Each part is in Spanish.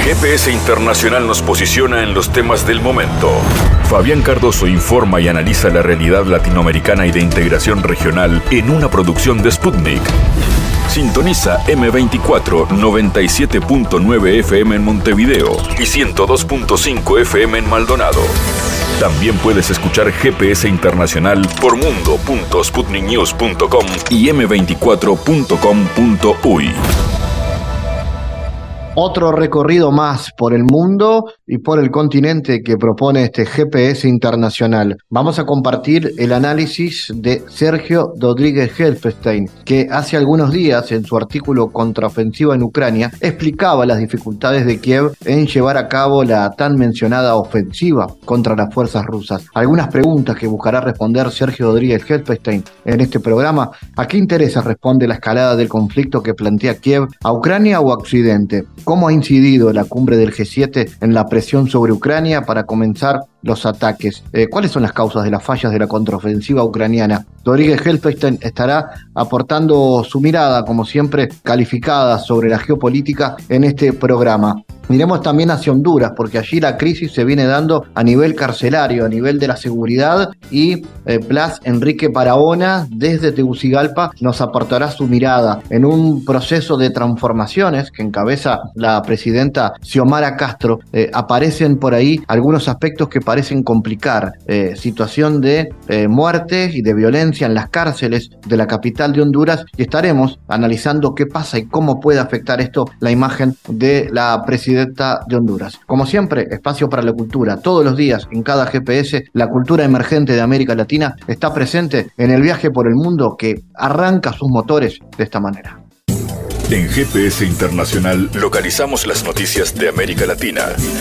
GPS Internacional nos posiciona en los temas del momento. Fabián Cardoso informa y analiza la realidad latinoamericana y de integración regional en una producción de Sputnik. Sintoniza M24 97.9 FM en Montevideo y 102.5 FM en Maldonado. También puedes escuchar GPS Internacional por mundo.sputniknews.com y m24.com.uy. Otro recorrido más por el mundo y por el continente que propone este GPS Internacional. Vamos a compartir el análisis de Sergio Rodríguez Helfstein, que hace algunos días en su artículo Contraofensiva en Ucrania explicaba las dificultades de Kiev en llevar a cabo la tan mencionada ofensiva contra las fuerzas rusas. Algunas preguntas que buscará responder Sergio Rodríguez Helfstein en este programa. ¿A qué intereses responde la escalada del conflicto que plantea Kiev, a Ucrania o a Occidente? ¿Cómo ha incidido la cumbre del G7 en la presión sobre Ucrania para comenzar los ataques? ¿Cuáles son las causas de las fallas de la contraofensiva ucraniana? Rodríguez Helfstein estará aportando su mirada, como siempre, calificada sobre la geopolítica en este programa. Miremos también hacia Honduras, porque allí la crisis se viene dando a nivel carcelario, a nivel de la seguridad, y Blas Enrique Barahona, desde Tegucigalpa, nos aportará su mirada en un proceso de transformaciones que encabeza la presidenta Xiomara Castro. Aparecen por ahí algunos aspectos que parecen complicar. Situación de muertes y de violencia en las cárceles de la capital de Honduras, y estaremos analizando qué pasa y cómo puede afectar esto la imagen de la presidenta de Honduras. Como siempre, espacio para la cultura. Todos los días, en cada GPS, la cultura emergente de América Latina está presente en el viaje por el mundo que arranca sus motores de esta manera. En GPS Internacional localizamos las noticias de América Latina.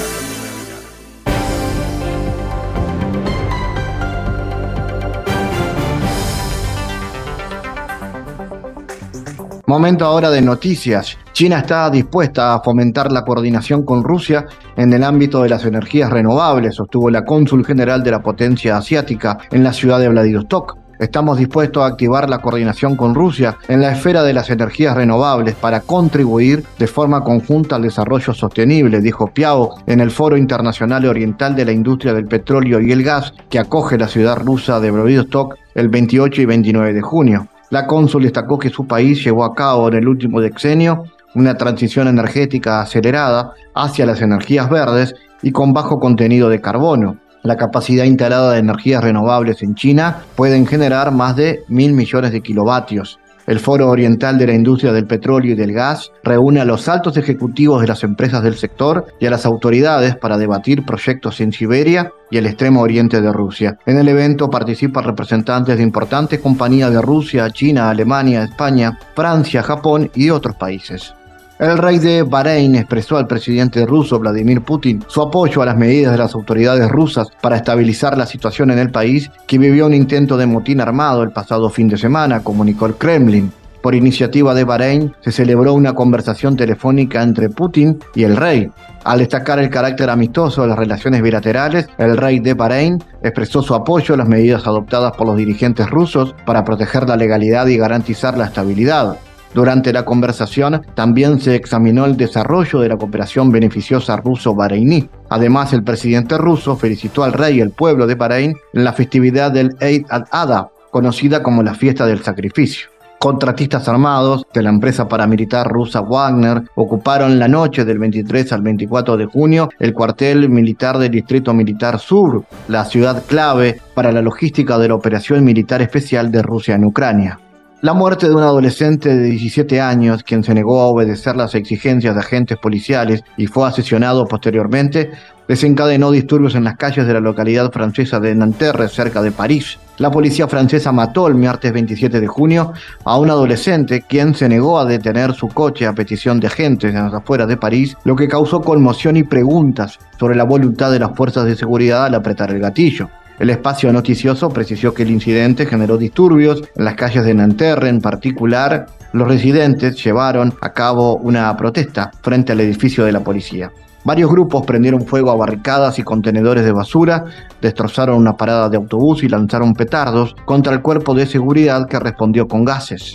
Momento ahora de noticias. China está dispuesta a fomentar la coordinación con Rusia en el ámbito de las energías renovables, sostuvo la cónsul general de la potencia asiática en la ciudad de Vladivostok. Estamos dispuestos a activar la coordinación con Rusia en la esfera de las energías renovables para contribuir de forma conjunta al desarrollo sostenible, dijo Piao en el Foro Internacional Oriental de la Industria del Petróleo y el Gas que acoge la ciudad rusa de Vladivostok el 28 y 29 de junio. La cónsul destacó que su país llevó a cabo en el último sexenio una transición energética acelerada hacia las energías verdes y con bajo contenido de carbono. La capacidad instalada de energías renovables en China pueden generar más de 1.000 millones de kilovatios. El Foro Oriental de la Industria del Petróleo y del Gas reúne a los altos ejecutivos de las empresas del sector y a las autoridades para debatir proyectos en Siberia y el extremo oriente de Rusia. En el evento participan representantes de importantes compañías de Rusia, China, Alemania, España, Francia, Japón y otros países. El rey de Bahrein expresó al presidente ruso Vladimir Putin su apoyo a las medidas de las autoridades rusas para estabilizar la situación en el país, que vivió un intento de motín armado el pasado fin de semana, comunicó el Kremlin. Por iniciativa de Bahrein, se celebró una conversación telefónica entre Putin y el rey. Al destacar el carácter amistoso de las relaciones bilaterales, el rey de Bahrein expresó su apoyo a las medidas adoptadas por los dirigentes rusos para proteger la legalidad y garantizar la estabilidad. Durante la conversación también se examinó el desarrollo de la cooperación beneficiosa ruso-bareiní. Además, el presidente ruso felicitó al rey y al pueblo de Bahrein en la festividad del Eid al-Adha, conocida como la fiesta del sacrificio. Contratistas armados de la empresa paramilitar rusa Wagner ocuparon la noche del 23 al 24 de junio el cuartel militar del Distrito Militar Sur, la ciudad clave para la logística de la operación militar especial de Rusia en Ucrania. La muerte de un adolescente de 17 años, quien se negó a obedecer las exigencias de agentes policiales y fue asesinado posteriormente, desencadenó disturbios en las calles de la localidad francesa de Nanterre, cerca de París. La policía francesa mató el martes 27 de junio a un adolescente, quien se negó a detener su coche a petición de agentes en las afueras de París, lo que causó conmoción y preguntas sobre la voluntad de las fuerzas de seguridad al apretar el gatillo. El espacio noticioso precisó que el incidente generó disturbios en las calles de Nanterre. En particular, los residentes llevaron a cabo una protesta frente al edificio de la policía. Varios grupos prendieron fuego a barricadas y contenedores de basura, destrozaron una parada de autobús y lanzaron petardos contra el cuerpo de seguridad, que respondió con gases.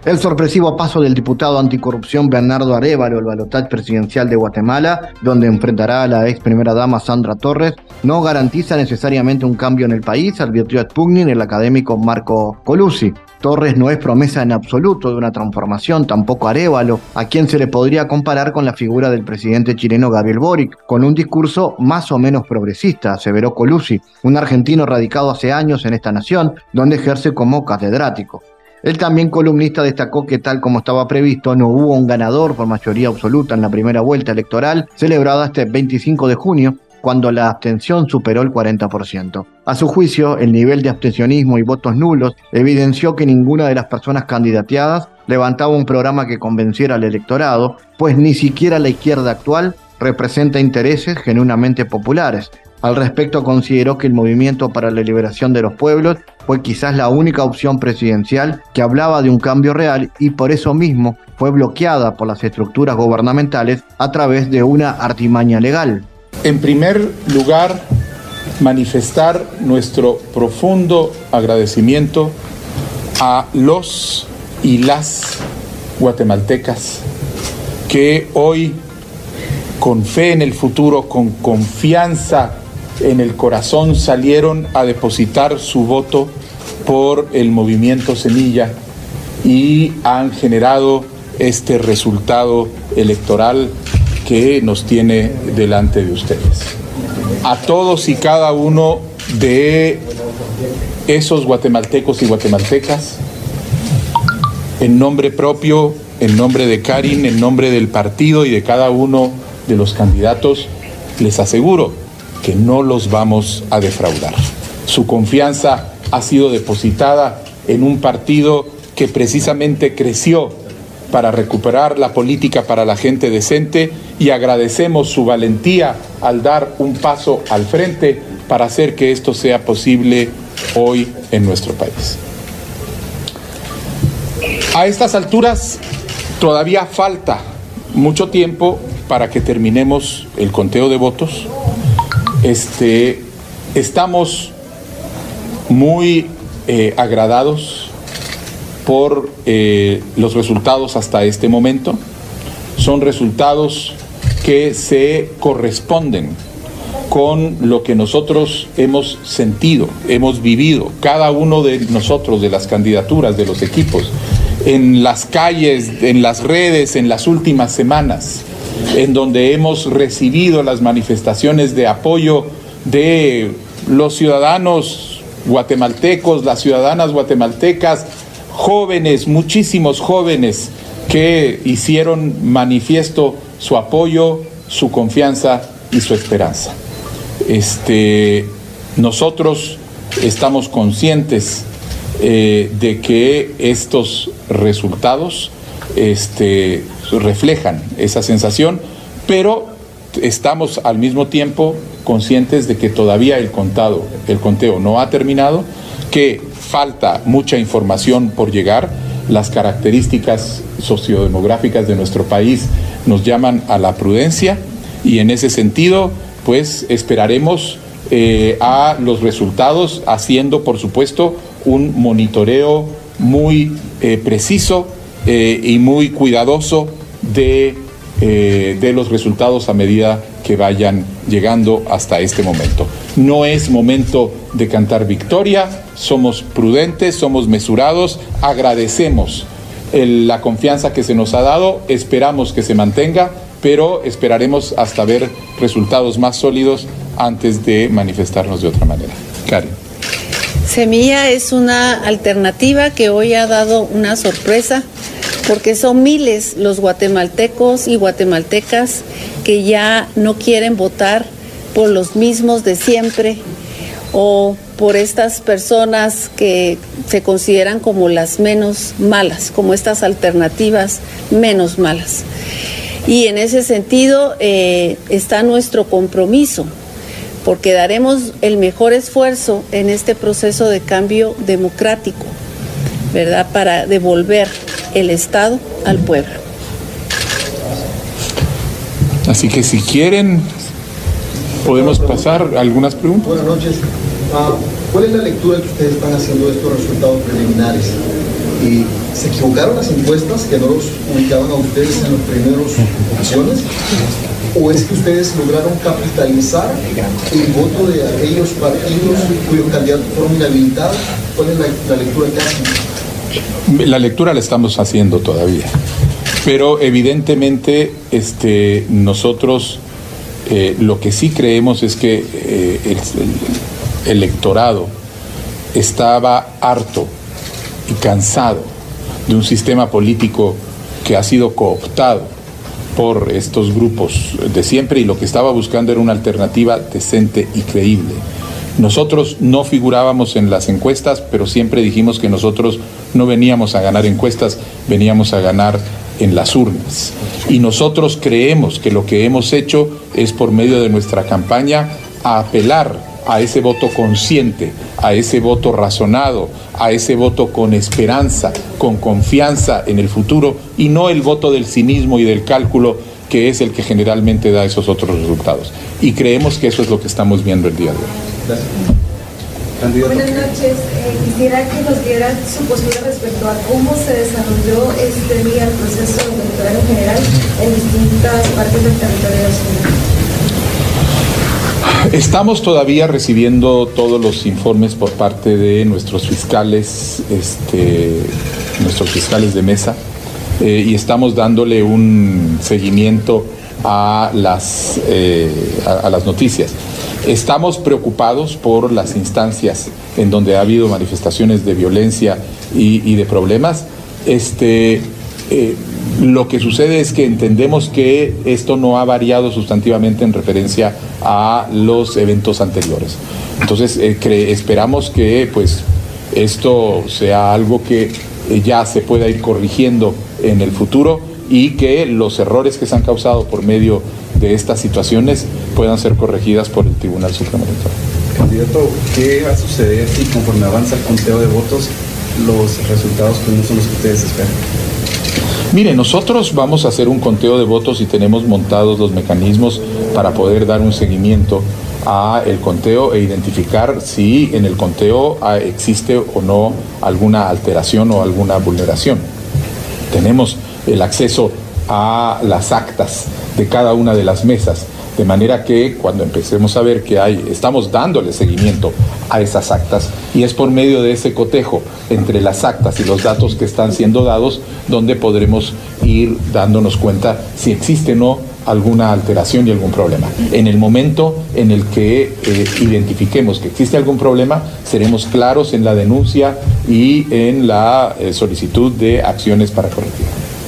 El sorpresivo paso del diputado anticorrupción Bernardo Arévalo al balotaje presidencial de Guatemala, donde enfrentará a la ex primera dama Sandra Torres, no garantiza necesariamente un cambio en el país, advirtió a Sputnik el académico Marco Colucci. Torres no es promesa en absoluto de una transformación, tampoco Arévalo, a quien se le podría comparar con la figura del presidente chileno Gabriel Boric, con un discurso más o menos progresista, aseveró Colucci, un argentino radicado hace años en esta nación, donde ejerce como catedrático. El también columnista destacó que tal como estaba previsto no hubo un ganador por mayoría absoluta en la primera vuelta electoral celebrada este 25 de junio, cuando la abstención superó el 40%. A su juicio, el nivel de abstencionismo y votos nulos evidenció que ninguna de las personas candidateadas levantaba un programa que convenciera al electorado, pues ni siquiera la izquierda actual representa intereses genuinamente populares. Al respecto, consideró que el Movimiento para la Liberación de los Pueblos fue quizás la única opción presidencial que hablaba de un cambio real y por eso mismo fue bloqueada por las estructuras gubernamentales a través de una artimaña legal. En primer lugar, manifestar nuestro profundo agradecimiento a los y las guatemaltecas que hoy, con fe en el futuro, con confianza en el corazón, salieron a depositar su voto por el movimiento Semilla y han generado este resultado electoral que nos tiene delante de ustedes. A todos y cada uno de esos guatemaltecos y guatemaltecas, en nombre propio, en nombre de Karin, en nombre del partido y de cada uno de los candidatos, les aseguro que no los vamos a defraudar. Su confianza ha sido depositada en un partido que precisamente creció para recuperar la política para la gente decente y agradecemos su valentía al dar un paso al frente para hacer que esto sea posible hoy en nuestro país. A estas alturas todavía falta mucho tiempo para que terminemos el conteo de votos. Estamos muy agradados por los resultados hasta este momento. Son resultados que se corresponden con lo que nosotros hemos sentido, hemos vivido, cada uno de nosotros, de las candidaturas, de los equipos, en las calles, en las redes, en las últimas semanas, en donde hemos recibido las manifestaciones de apoyo de los ciudadanos guatemaltecos, las ciudadanas guatemaltecas, jóvenes, muchísimos jóvenes que hicieron manifiesto su apoyo, su confianza y su esperanza. Nosotros estamos conscientes de que estos resultados reflejan esa sensación, pero estamos al mismo tiempo conscientes de que todavía el conteo no ha terminado, que falta mucha información por llegar. Las características sociodemográficas de nuestro país nos llaman a la prudencia y en ese sentido, pues esperaremos a los resultados, haciendo por supuesto un monitoreo muy preciso y muy cuidadoso de los resultados a medida que vayan llegando hasta este momento. No es momento de cantar victoria, somos prudentes, somos mesurados, agradecemos la confianza que se nos ha dado, esperamos que se mantenga, pero esperaremos hasta ver resultados más sólidos antes de manifestarnos de otra manera. Karin. Semilla es una alternativa que hoy ha dado una sorpresa, porque son miles los guatemaltecos y guatemaltecas que ya no quieren votar por los mismos de siempre o por estas personas que se consideran como las menos malas, como estas alternativas menos malas. Y en ese sentido está nuestro compromiso, porque daremos el mejor esfuerzo en este proceso de cambio democrático, ¿verdad?, para devolver el Estado al pueblo. Así que si quieren, podemos pasar a algunas preguntas. Buenas noches. ¿Cuál es la lectura que ustedes están haciendo de estos resultados preliminares? Y ¿Se equivocaron las encuestas que no los ubicaban a ustedes en las primeras opciones? ¿O es que ustedes lograron capitalizar el voto de aquellos partidos cuyos candidatos fueron inhabilitados? ¿Cuál es la lectura que hacen? La lectura la estamos haciendo todavía, pero evidentemente nosotros lo que sí creemos es que el electorado estaba harto y cansado de un sistema político que ha sido cooptado por estos grupos de siempre, y lo que estaba buscando era una alternativa decente y creíble. Nosotros no figurábamos en las encuestas, pero siempre dijimos que nosotros no veníamos a ganar encuestas, veníamos a ganar en las urnas. Y nosotros creemos que lo que hemos hecho es, por medio de nuestra campaña, a apelar a ese voto consciente, a ese voto razonado, a ese voto con esperanza, con confianza en el futuro, y no el voto del cinismo y del cálculo, que es el que generalmente da esos otros resultados. Y creemos que eso es lo que estamos viendo el día de hoy. Gracias. Buenas noches. Quisiera que nos diera su postura respecto a cómo se desarrolló este día el proceso electoral en general en distintas partes del territorio nacional. Estamos todavía recibiendo todos los informes por parte de nuestros fiscales, de mesa, y estamos dándole un seguimiento a las noticias. Estamos preocupados por las instancias en donde ha habido manifestaciones de violencia y de problemas. Lo que sucede es que entendemos que esto no ha variado sustantivamente en referencia a los eventos anteriores. Entonces, esperamos que esto sea algo que ya se pueda ir corrigiendo en el futuro, y que los errores que se han causado por medio de estas situaciones puedan ser corregidas por el Tribunal Supremo Electoral. Candidato, ¿qué va a suceder si, conforme avanza el conteo de votos, los resultados no son los que ustedes esperan? Mire, nosotros vamos a hacer un conteo de votos y tenemos montados los mecanismos para poder dar un seguimiento a el conteo e identificar si en el conteo existe o no alguna alteración o alguna vulneración. Tenemos el acceso a las actas de cada una de las mesas, de manera que cuando empecemos a ver que estamos dándole seguimiento a esas actas, y es por medio de ese cotejo entre las actas y los datos que están siendo dados donde podremos ir dándonos cuenta si existe o no alguna alteración y algún problema. En el momento en el que identifiquemos que existe algún problema, seremos claros en la denuncia y en la solicitud de acciones para corregir.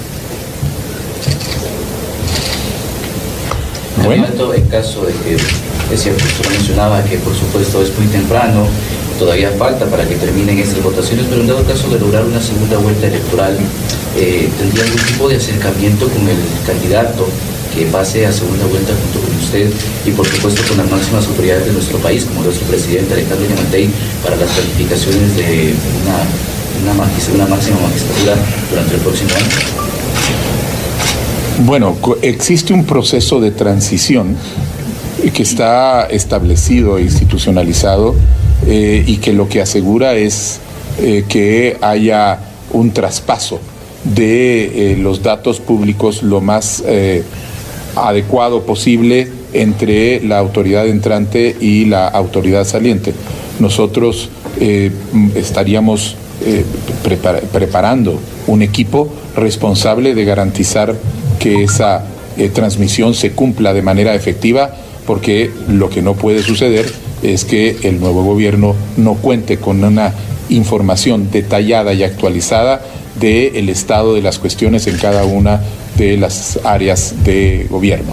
Bueno, en caso de que, es cierto, usted mencionaba que por supuesto es muy temprano, todavía falta para que terminen estas votaciones, pero en dado caso de lograr una segunda vuelta electoral, ¿tendría algún tipo de acercamiento con el candidato que pase a segunda vuelta junto con usted y por supuesto con las máximas autoridades de nuestro país, como nuestro presidente Alejandro Yamatei, para las calificaciones de una máxima magistratura durante el próximo año? Bueno, existe un proceso de transición que está establecido e institucionalizado, y que lo que asegura es que haya un traspaso de los datos públicos lo más adecuado posible entre la autoridad entrante y la autoridad saliente. Nosotros estaríamos preparando un equipo responsable de garantizar que esa transmisión se cumpla de manera efectiva, porque lo que no puede suceder es que el nuevo gobierno no cuente con una información detallada y actualizada del estado de las cuestiones en cada una de las áreas de gobierno.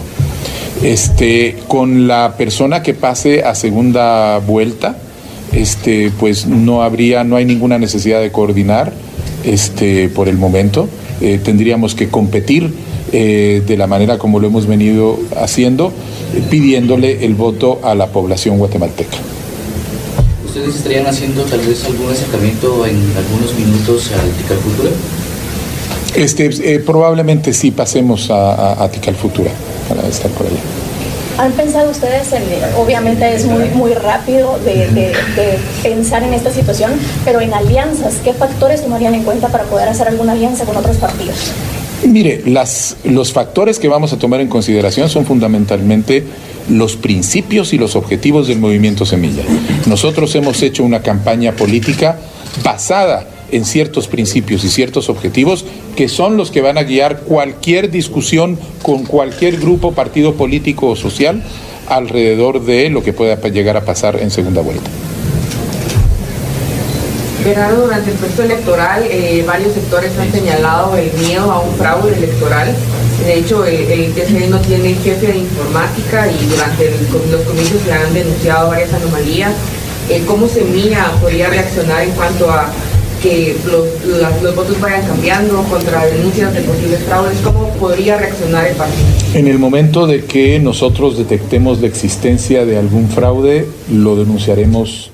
Con la persona que pase a segunda vuelta, pues no hay ninguna necesidad de coordinar por el momento. Tendríamos que competir de la manera como lo hemos venido haciendo, pidiéndole el voto a la población guatemalteca. ¿Ustedes estarían haciendo tal vez algún acercamiento en algunos minutos a Tikal Futura? Probablemente sí pasemos a Tikal Futura para estar por allá. ¿Han pensado ustedes obviamente es muy rápido de pensar en esta situación, pero en alianzas, ¿qué factores tomarían en cuenta para poder hacer alguna alianza con otros partidos? Mire, los factores que vamos a tomar en consideración son fundamentalmente los principios y los objetivos del movimiento Semilla. Nosotros hemos hecho una campaña política basada en ciertos principios y ciertos objetivos que son los que van a guiar cualquier discusión con cualquier grupo, partido político o social alrededor de lo que pueda llegar a pasar en segunda vuelta. Bernardo, durante el proceso electoral varios sectores han señalado el miedo a un fraude electoral. De hecho, el TSE no tiene jefe de informática y durante los comicios se han denunciado varias anomalías. ¿Cómo Semilla podría reaccionar en cuanto a que los votos vayan cambiando contra denuncias de posibles fraudes? ¿Cómo podría reaccionar el partido? En el momento de que nosotros detectemos la existencia de algún fraude, lo denunciaremos.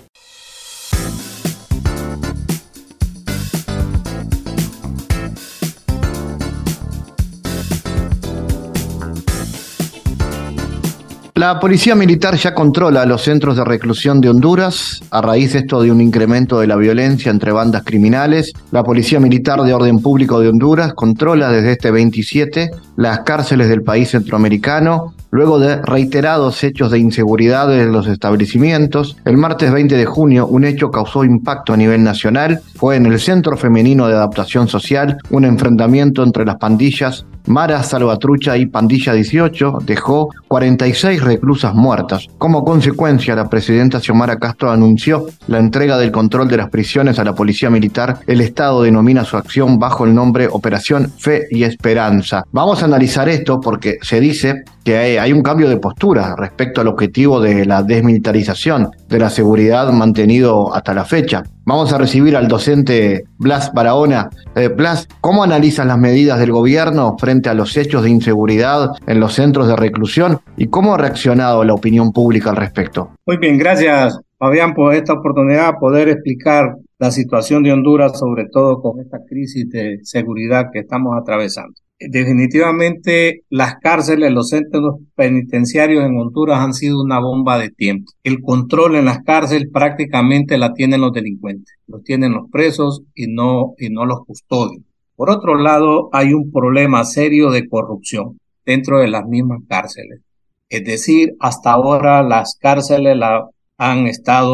La policía militar ya controla los centros de reclusión de Honduras. A raíz de esto de un incremento de la violencia entre bandas criminales, la Policía Militar de Orden Público de Honduras controla desde este 27 las cárceles del país centroamericano, luego de reiterados hechos de inseguridad en los establecimientos. El martes 20 de junio, un hecho causó impacto a nivel nacional. Fue en el Centro Femenino de Adaptación Social, un enfrentamiento entre las pandillas Mara Salvatrucha y Pandilla 18 dejó 46 reclusas muertas. Como consecuencia, la presidenta Xiomara Castro anunció la entrega del control de las prisiones a la Policía Militar. El Estado denomina su acción bajo el nombre Operación Fe y Esperanza. Vamos a analizar esto porque se dice que hay un cambio de postura respecto al objetivo de la desmilitarización de la seguridad mantenido hasta la fecha. Vamos a recibir al docente Blas Barahona. Blas, ¿cómo analizas las medidas del gobierno frente a los hechos de inseguridad en los centros de reclusión y cómo ha reaccionado la opinión pública al respecto? Muy bien, gracias Fabián por esta oportunidad de poder explicar la situación de Honduras, sobre todo con esta crisis de seguridad que estamos atravesando. Definitivamente las cárceles, los centros penitenciarios en Honduras han sido una bomba de tiempo. El control en las cárceles prácticamente la tienen los delincuentes, lo tienen los presos y no los custodios. Por otro lado, hay un problema serio de corrupción dentro de las mismas cárceles. Es decir, hasta ahora las cárceles han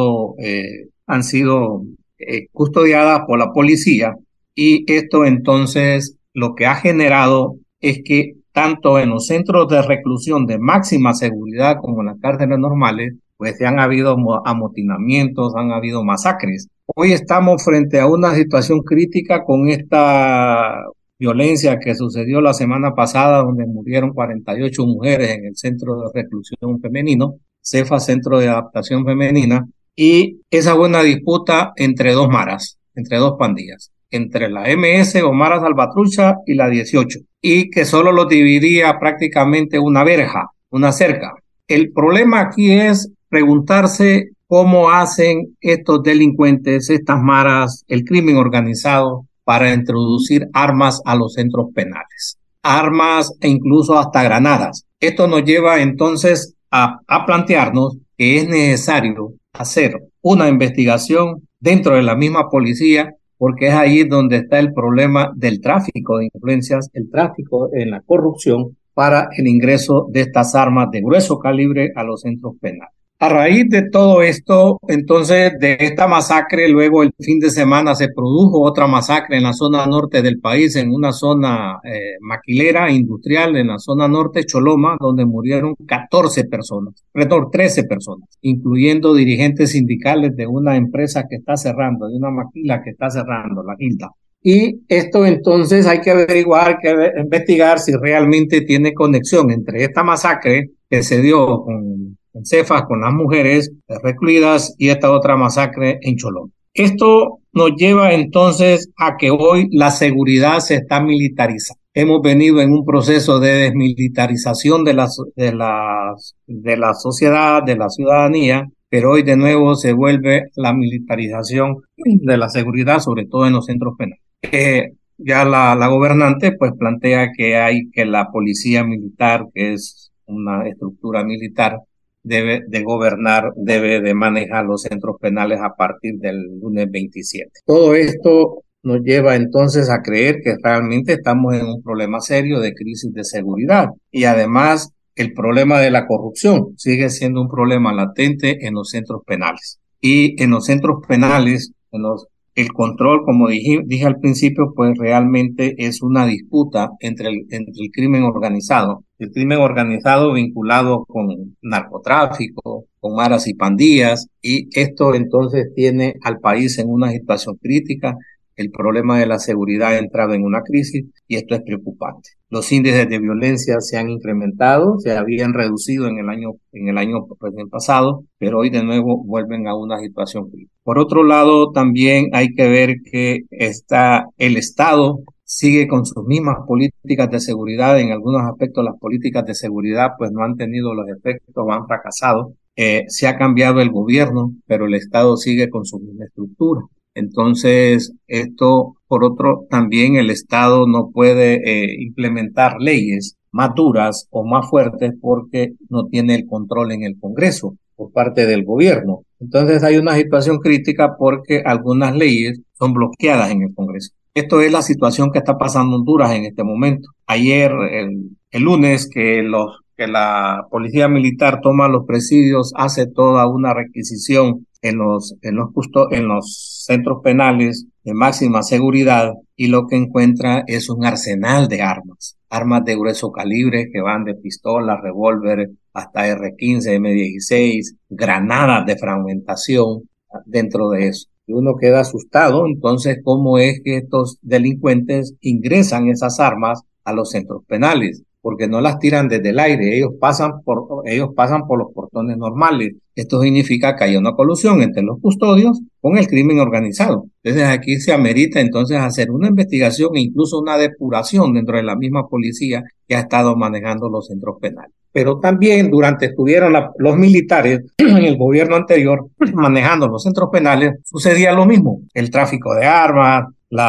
sido custodiadas por la policía y esto entonces lo que ha generado es que tanto en los centros de reclusión de máxima seguridad como en las cárceles normales, pues han habido amotinamientos, han habido masacres. Hoy estamos frente a una situación crítica con esta violencia que sucedió la semana pasada, donde murieron 48 mujeres en el centro de reclusión femenino, CEFA, Centro de Adaptación Femenina, y esa fue una disputa entre dos maras, entre dos pandillas, entre la MS o Mara Salvatrucha y la 18, y que solo los dividía prácticamente una verja, una cerca. El problema aquí es preguntarse cómo hacen estos delincuentes, estas maras, el crimen organizado, para introducir armas a los centros penales. Armas e incluso hasta granadas. Esto nos lleva entonces a plantearnos que es necesario hacer una investigación dentro de la misma policía, porque es ahí donde está el problema del tráfico de influencias, el tráfico en la corrupción para el ingreso de estas armas de grueso calibre a los centros penales. A raíz de todo esto, entonces, de esta masacre, luego el fin de semana se produjo otra masacre en la zona norte del país, en una zona maquilera, industrial, en la zona norte, Choloma, donde murieron 13 personas, incluyendo dirigentes sindicales de una empresa que está cerrando, de una maquila que está cerrando, la Gilda. Y esto entonces hay que averiguar, hay que investigar si realmente tiene conexión entre esta masacre que se dio con Cefas, con las mujeres recluidas, y esta otra masacre en Choloma. Esto nos lleva entonces a que hoy la seguridad se está militarizando. Hemos venido en un proceso de desmilitarización de la sociedad, de la ciudadanía, pero hoy de nuevo se vuelve la militarización de la seguridad, sobre todo en los centros penales. Ya la gobernante pues plantea que la policía militar, que es una estructura militar, debe de gobernar, debe de manejar los centros penales a partir del lunes 27. Todo esto nos lleva entonces a creer que realmente estamos en un problema serio de crisis de seguridad y además el problema de la corrupción sigue siendo un problema latente en los centros penales. Y en los centros penales, el control, como dije al principio, pues realmente es una disputa entre el crimen organizado. El crimen organizado vinculado con narcotráfico, con maras y pandillas, y esto entonces tiene al país en una situación crítica. El problema de la seguridad ha entrado en una crisis y esto es preocupante. Los índices de violencia se han incrementado, se habían reducido en el año pasado, pero hoy de nuevo vuelven a una situación crítica. Por otro lado, también hay que ver que el Estado sigue con sus mismas políticas de seguridad. En algunos aspectos las políticas de seguridad pues no han tenido los efectos, han fracasado. Se ha cambiado el gobierno, pero el Estado sigue con su misma estructura. Entonces, esto, por otro, también el Estado no puede implementar leyes más duras o más fuertes porque no tiene el control en el Congreso por parte del gobierno. Entonces, hay una situación crítica porque algunas leyes son bloqueadas en el Congreso. Esto es la situación que está pasando en Honduras en este momento. Ayer, el lunes, que la policía militar toma los presidios, hace toda una requisición en los centros penales de máxima seguridad y lo que encuentra es un arsenal de armas de grueso calibre que van de pistolas, revólver hasta R-15, M-16, granadas de fragmentación dentro de eso. Y uno queda asustado, entonces, ¿cómo es que estos delincuentes ingresan esas armas a los centros penales? Porque no las tiran desde el aire, ellos pasan por los portones normales. Esto significa que hay una colusión entre los custodios con el crimen organizado. Entonces aquí se amerita entonces hacer una investigación e incluso una depuración dentro de la misma policía que ha estado manejando los centros penales. Pero también estuvieron los militares en el gobierno anterior manejando los centros penales, sucedía lo mismo. El tráfico de armas,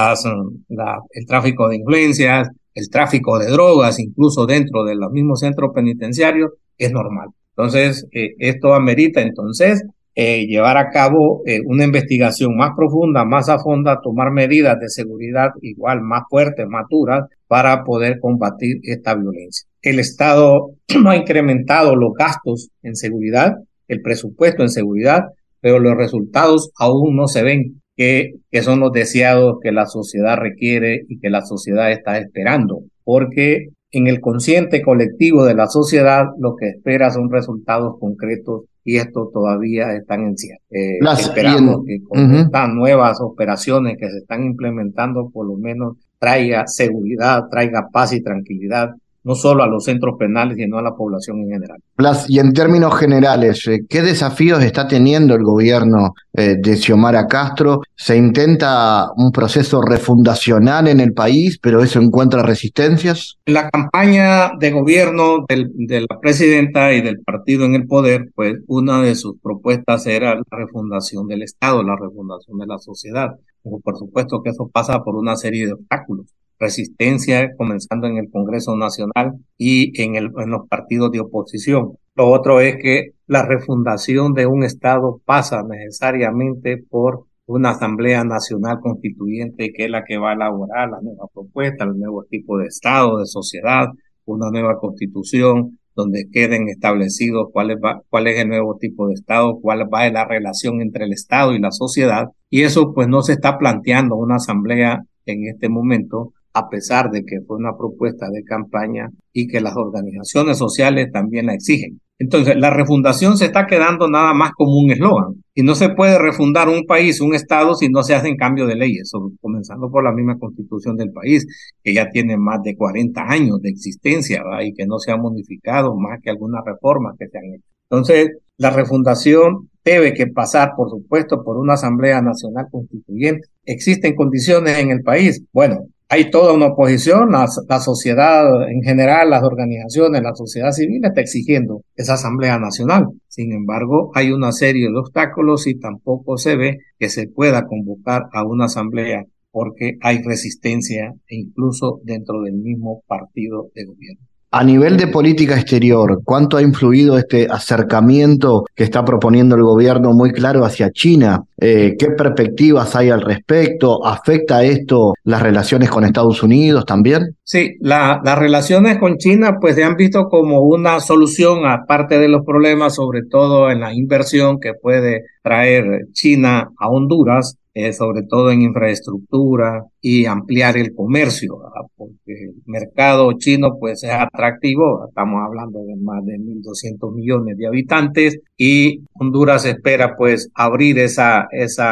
el tráfico de influencias, el tráfico de drogas, incluso dentro de los mismos centros penitenciarios, es normal. Entonces, esto amerita entonces llevar a cabo una investigación más profunda, más a fondo, tomar medidas de seguridad igual más fuertes, más duras, para poder combatir esta violencia. El Estado ha incrementado los gastos en seguridad, el presupuesto en seguridad, pero los resultados aún no se ven, que son los deseados que la sociedad requiere y que la sociedad está esperando, porque en el consciente colectivo de la sociedad lo que espera son resultados concretos y esto todavía están en cierre. Esperamos que con estas nuevas operaciones que se están implementando por lo menos traiga seguridad, traiga paz y tranquilidad, no solo a los centros penales, sino a la población en general. Blas, y en términos generales, ¿qué desafíos está teniendo el gobierno de Xiomara Castro? ¿Se intenta un proceso refundacional en el país, pero eso encuentra resistencias? La campaña de gobierno de la presidenta y del partido en el poder, pues una de sus propuestas era la refundación del Estado, la refundación de la sociedad. Pero por supuesto que eso pasa por una serie de obstáculos. Resistencia, comenzando en el Congreso Nacional y en los partidos de oposición. Lo otro es que la refundación de un Estado pasa necesariamente por una Asamblea Nacional Constituyente, que es la que va a elaborar la nueva propuesta, el nuevo tipo de Estado, de sociedad, una nueva Constitución, donde queden establecidos cuál es el nuevo tipo de Estado, cuál va a ser la relación entre el Estado y la sociedad. Y eso pues no se está planteando una asamblea en este momento, a pesar de que fue una propuesta de campaña y que las organizaciones sociales también la exigen. Entonces, la refundación se está quedando nada más como un eslogan. Y no se puede refundar un país, un Estado, si no se hacen cambio de leyes, comenzando por la misma Constitución del país, que ya tiene más de 40 años de existencia, ¿verdad? Y que no se ha modificado más que algunas reformas que se han hecho. Entonces, la refundación debe que pasar, por supuesto, por una Asamblea Nacional Constituyente. ¿Existen condiciones en el país? Bueno, hay toda una oposición, la sociedad en general, las organizaciones, la sociedad civil está exigiendo esa Asamblea Nacional. Sin embargo, hay una serie de obstáculos y tampoco se ve que se pueda convocar a una asamblea porque hay resistencia e incluso dentro del mismo partido de gobierno. A nivel de política exterior, ¿cuánto ha influido este acercamiento que está proponiendo el gobierno muy claro hacia China? ¿Qué perspectivas hay al respecto? ¿Afecta esto las relaciones con Estados Unidos también? Sí, las relaciones con China pues se han visto como una solución aparte de los problemas, sobre todo en la inversión que puede traer China a Honduras, sobre todo en infraestructura y ampliar el comercio, ¿verdad? Porque el mercado chino pues es atractivo, estamos hablando de más de 1.200 millones de habitantes y Honduras espera pues abrir esa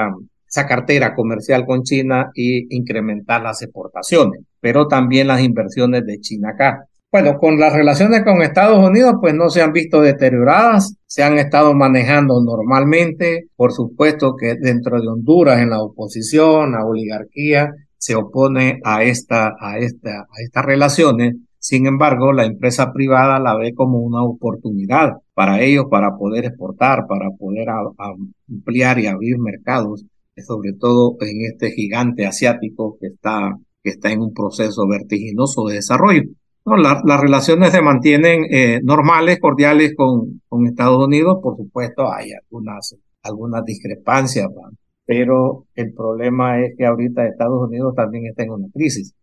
cartera comercial con China y incrementar las exportaciones, pero también las inversiones de China acá. Bueno, con las relaciones con Estados Unidos, pues no se han visto deterioradas, se han estado manejando normalmente. Por supuesto que dentro de Honduras, en la oposición, la oligarquía se opone a estas relaciones. Sin embargo, la empresa privada la ve como una oportunidad para ellos, para poder exportar, para poder ampliar y abrir mercados, sobre todo en este gigante asiático que está en un proceso vertiginoso de desarrollo. No, las relaciones se mantienen normales, cordiales con Estados Unidos. Por supuesto, hay algunas discrepancias, ¿va? Pero el problema es que ahorita Estados Unidos también está en una crisis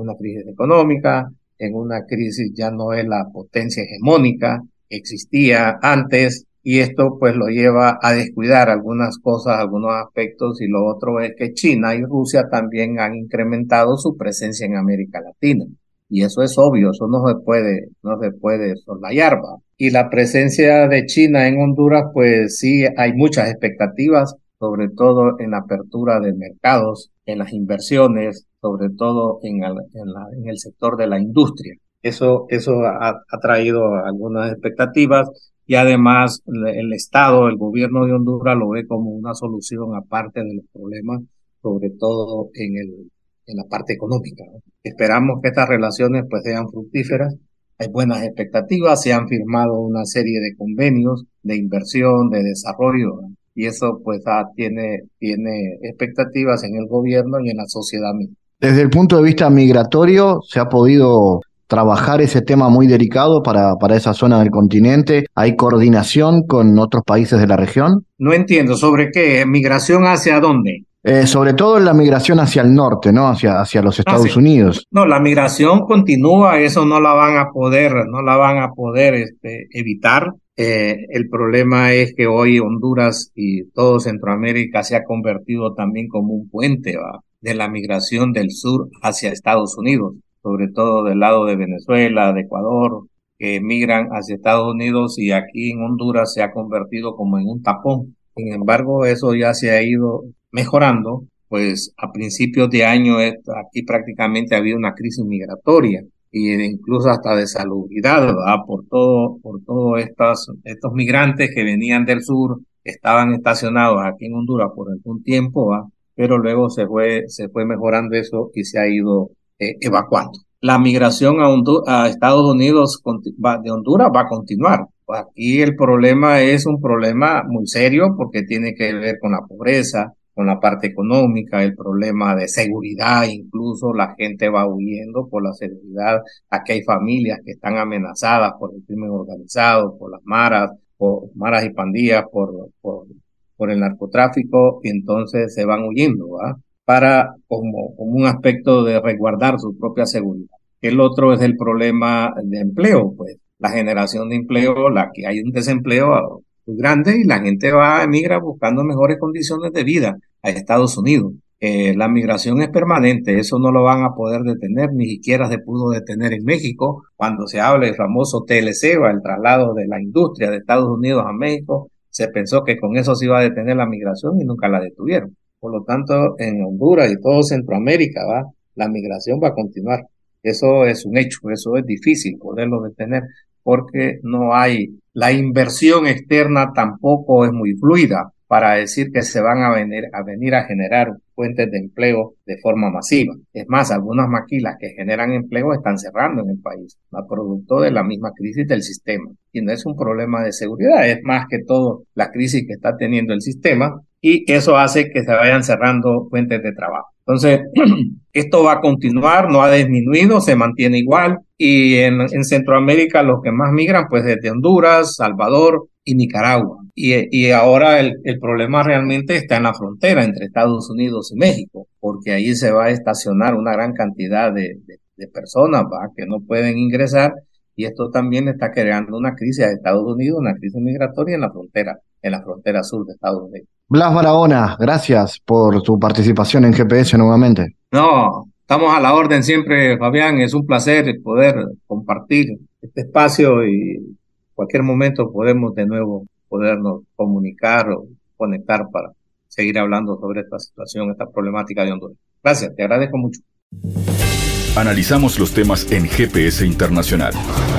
económica, en una crisis ya no es la potencia hegemónica que existía antes, y esto pues lo lleva a descuidar algunas cosas, algunos aspectos, y lo otro es que China y Rusia también han incrementado su presencia en América Latina. Y eso es obvio, eso no se puede soslayar, ¿va? Y la presencia de China en Honduras, pues sí, hay muchas expectativas, sobre todo en la apertura de mercados, en las inversiones, sobre todo en el sector de la industria. Eso ha traído algunas expectativas y además el Estado, el gobierno de Honduras lo ve como una solución aparte de los problemas, sobre todo en la parte económica, ¿no? Esperamos que estas relaciones pues sean fructíferas. Hay buenas expectativas, se han firmado una serie de convenios de inversión, de desarrollo, ¿no? Y eso pues tiene expectativas en el gobierno y en la sociedad misma. Desde el punto de vista migratorio, ¿se ha podido trabajar ese tema muy delicado para esa zona del continente? ¿Hay coordinación con otros países de la región? No entiendo, ¿sobre qué? ¿Migración hacia dónde? Sobre todo en la migración hacia el norte, ¿no? Hacia los Estados Unidos. No, la migración continúa, eso no la van a poder evitar. El problema es que hoy Honduras y todo Centroamérica se ha convertido también como un puente, ¿va?, de la migración del sur hacia Estados Unidos, sobre todo del lado de Venezuela, de Ecuador, que migran hacia Estados Unidos, y aquí en Honduras se ha convertido como en un tapón. Sin embargo, eso ya se ha ido mejorando, pues a principios de año aquí prácticamente había una crisis migratoria y incluso hasta de salubridad, ¿verdad? Por todo estos migrantes que venían del sur, estaban estacionados aquí en Honduras por algún tiempo, ¿va? Pero luego se fue mejorando eso y se ha ido evacuando. La migración a Estados Unidos de Honduras va a continuar. Aquí el problema es un problema muy serio porque tiene que ver con la pobreza, con la parte económica, el problema de seguridad, incluso la gente va huyendo por la seguridad. Aquí hay familias que están amenazadas por el crimen organizado, por las maras y pandillas, por el narcotráfico, y entonces se van huyendo, ¿va?, para como un aspecto de resguardar su propia seguridad. El otro es el problema de empleo, pues la generación de empleo, que hay un desempleo muy grande y la gente emigra buscando mejores condiciones de vida a Estados Unidos. La migración es permanente, eso no lo van a poder detener, ni siquiera se pudo detener en México. Cuando se habla del famoso TLC, o el traslado de la industria de Estados Unidos a México, se pensó que con eso se iba a detener la migración y nunca la detuvieron. Por lo tanto, en Honduras y todo Centroamérica, la migración va a continuar. Eso es un hecho, eso es difícil poderlo detener porque no hay, la inversión externa tampoco es muy fluida para decir que se van a venir a generar fuentes de empleo de forma masiva. Es más, algunas maquilas que generan empleo están cerrando en el país, producto de la misma crisis del sistema. Y no es un problema de seguridad, es más que todo la crisis que está teniendo el sistema, y eso hace que se vayan cerrando fuentes de trabajo. Entonces, esto va a continuar, no ha disminuido, se mantiene igual. Y en Centroamérica los que más migran, pues desde Honduras, Salvador y Nicaragua. Y ahora el problema realmente está en la frontera entre Estados Unidos y México, porque ahí se va a estacionar una gran cantidad de personas, ¿va?, que no pueden ingresar. Y esto también está creando una crisis de Estados Unidos, una crisis migratoria en la frontera sur de Estados Unidos. Blas Barahona, gracias por tu participación en GPS nuevamente. No, estamos a la orden siempre, Fabián. Es un placer poder compartir este espacio y en cualquier momento podemos de nuevo podernos comunicar o conectar para seguir hablando sobre esta situación, esta problemática de Honduras. Gracias, te agradezco mucho. Analizamos los temas en GPS Internacional.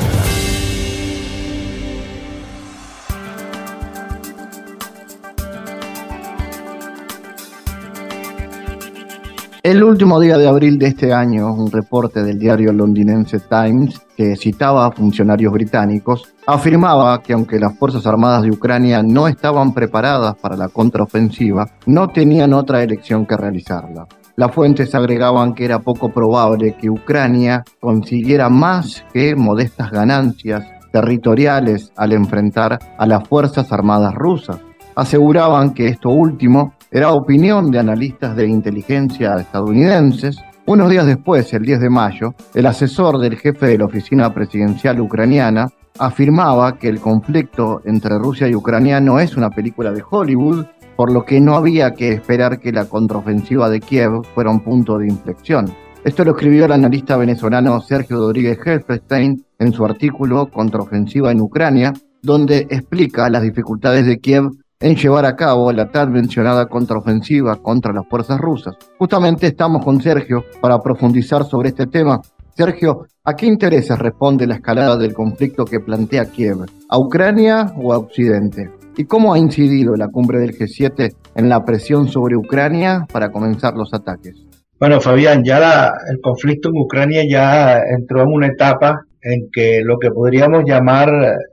El último día de abril de este año, un reporte del diario londinense Times, que citaba a funcionarios británicos, afirmaba que aunque las Fuerzas Armadas de Ucrania no estaban preparadas para la contraofensiva, no tenían otra elección que realizarla. Las fuentes agregaban que era poco probable que Ucrania consiguiera más que modestas ganancias territoriales al enfrentar a las Fuerzas Armadas rusas. Aseguraban que esto último era opinión de analistas de inteligencia estadounidenses. Unos días después, el 10 de mayo, el asesor del jefe de la oficina presidencial ucraniana afirmaba que el conflicto entre Rusia y Ucrania no es una película de Hollywood, por lo que no había que esperar que la contraofensiva de Kiev fuera un punto de inflexión. Esto lo escribió el analista venezolano Sergio Rodríguez Helfestein en su artículo Contraofensiva en Ucrania, donde explica las dificultades de Kiev en llevar a cabo la tan mencionada contraofensiva contra las fuerzas rusas. Justamente estamos con Sergio para profundizar sobre este tema. Sergio, ¿a qué intereses responde la escalada del conflicto que plantea Kiev? ¿A Ucrania o a Occidente? ¿Y cómo ha incidido la cumbre del G7 en la presión sobre Ucrania para comenzar los ataques? Bueno, Fabián, ya el conflicto en Ucrania ya entró en una etapa en que lo que podríamos llamar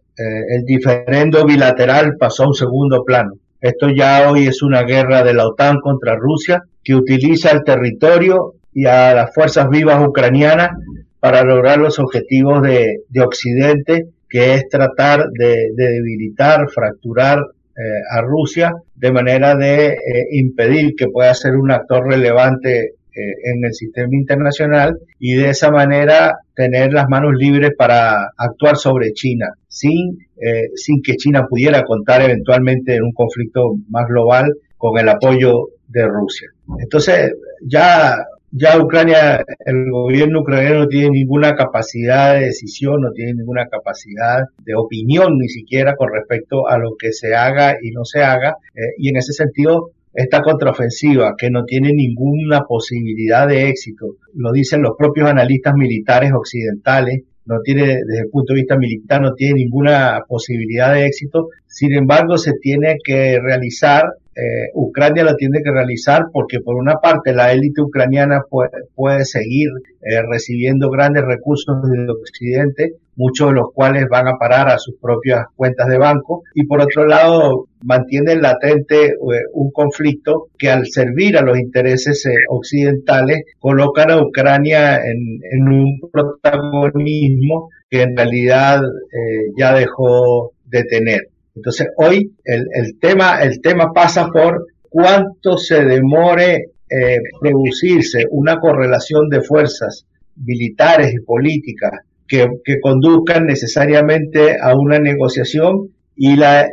el diferendo bilateral pasó a un segundo plano. Esto ya hoy es una guerra de la OTAN contra Rusia, que utiliza el territorio y a las fuerzas vivas ucranianas para lograr los objetivos de Occidente, que es tratar de debilitar, fracturar a Rusia, de manera de impedir que pueda ser un actor relevante en el sistema internacional, y de esa manera tener las manos libres para actuar sobre China, sin que China pudiera contar eventualmente en un conflicto más global con el apoyo de Rusia. Entonces, ya Ucrania, el gobierno ucraniano no tiene ninguna capacidad de decisión, no tiene ninguna capacidad de opinión ni siquiera con respecto a lo que se haga y no se haga, y en ese sentido esta contraofensiva, que no tiene ninguna posibilidad de éxito, lo dicen los propios analistas militares occidentales, no tiene, desde el punto de vista militar, no tiene ninguna posibilidad de éxito. Sin embargo, se tiene que realizar, Ucrania lo tiene que realizar porque por una parte la élite ucraniana puede seguir recibiendo grandes recursos del Occidente, muchos de los cuales van a parar a sus propias cuentas de banco, y por otro lado mantiene latente un conflicto que, al servir a los intereses occidentales, colocan a Ucrania en un protagonismo que en realidad ya dejó de tener. Entonces hoy el tema pasa por cuánto se demore producirse una correlación de fuerzas militares y políticas que conduzcan necesariamente a una negociación, y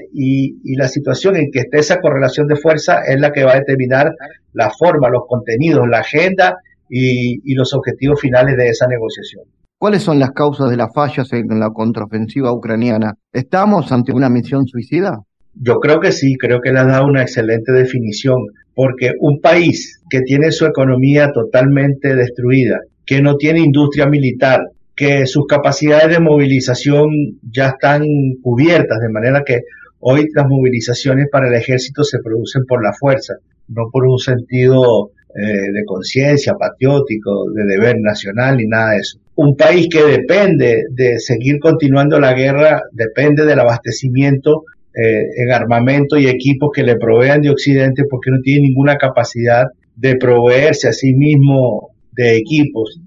la situación en que esté esa correlación de fuerza es la que va a determinar la forma, los contenidos, la agenda y los objetivos finales de esa negociación. ¿Cuáles son las causas de las fallas en la contraofensiva ucraniana? ¿Estamos ante una misión suicida? Yo creo que sí, creo que le has dado una excelente definición, porque un país que tiene su economía totalmente destruida, que no tiene industria militar, que sus capacidades de movilización ya están cubiertas, de manera que hoy las movilizaciones para el ejército se producen por la fuerza, no por un sentido de conciencia, patriótico, de deber nacional ni nada de eso. Un país que depende de seguir continuando la guerra, depende del abastecimiento en armamento y equipos que le provean de Occidente, porque no tiene ninguna capacidad de proveerse a sí mismo de equipos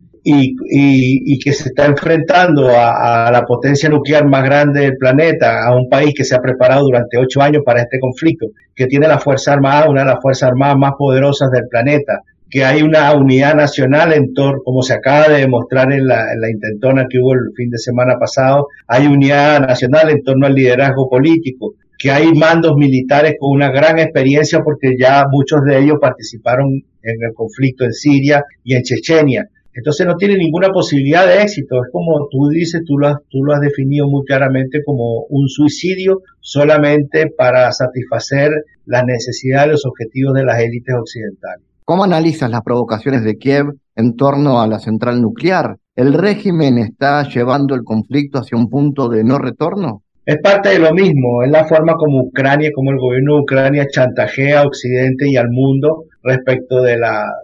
y que se está enfrentando a la potencia nuclear más grande del planeta, a un país que se ha preparado durante 8 años para este conflicto, que tiene la Fuerza Armada, una de las Fuerzas Armadas más poderosas del planeta, que hay una unidad nacional en torno, como se acaba de demostrar en la intentona que hubo el fin de semana pasado, hay unidad nacional en torno al liderazgo político, que hay mandos militares con una gran experiencia porque ya muchos de ellos participaron en el conflicto en Siria y en Chechenia. Entonces no tiene ninguna posibilidad de éxito. Es como tú dices, tú lo has definido muy claramente como un suicidio solamente para satisfacer las necesidades y los objetivos de las élites occidentales. ¿Cómo analizas las provocaciones de Kiev en torno a la central nuclear? ¿El régimen está llevando el conflicto hacia un punto de no retorno? Es parte de lo mismo, es la forma como Ucrania, como el gobierno de Ucrania chantajea a Occidente y al mundo respecto de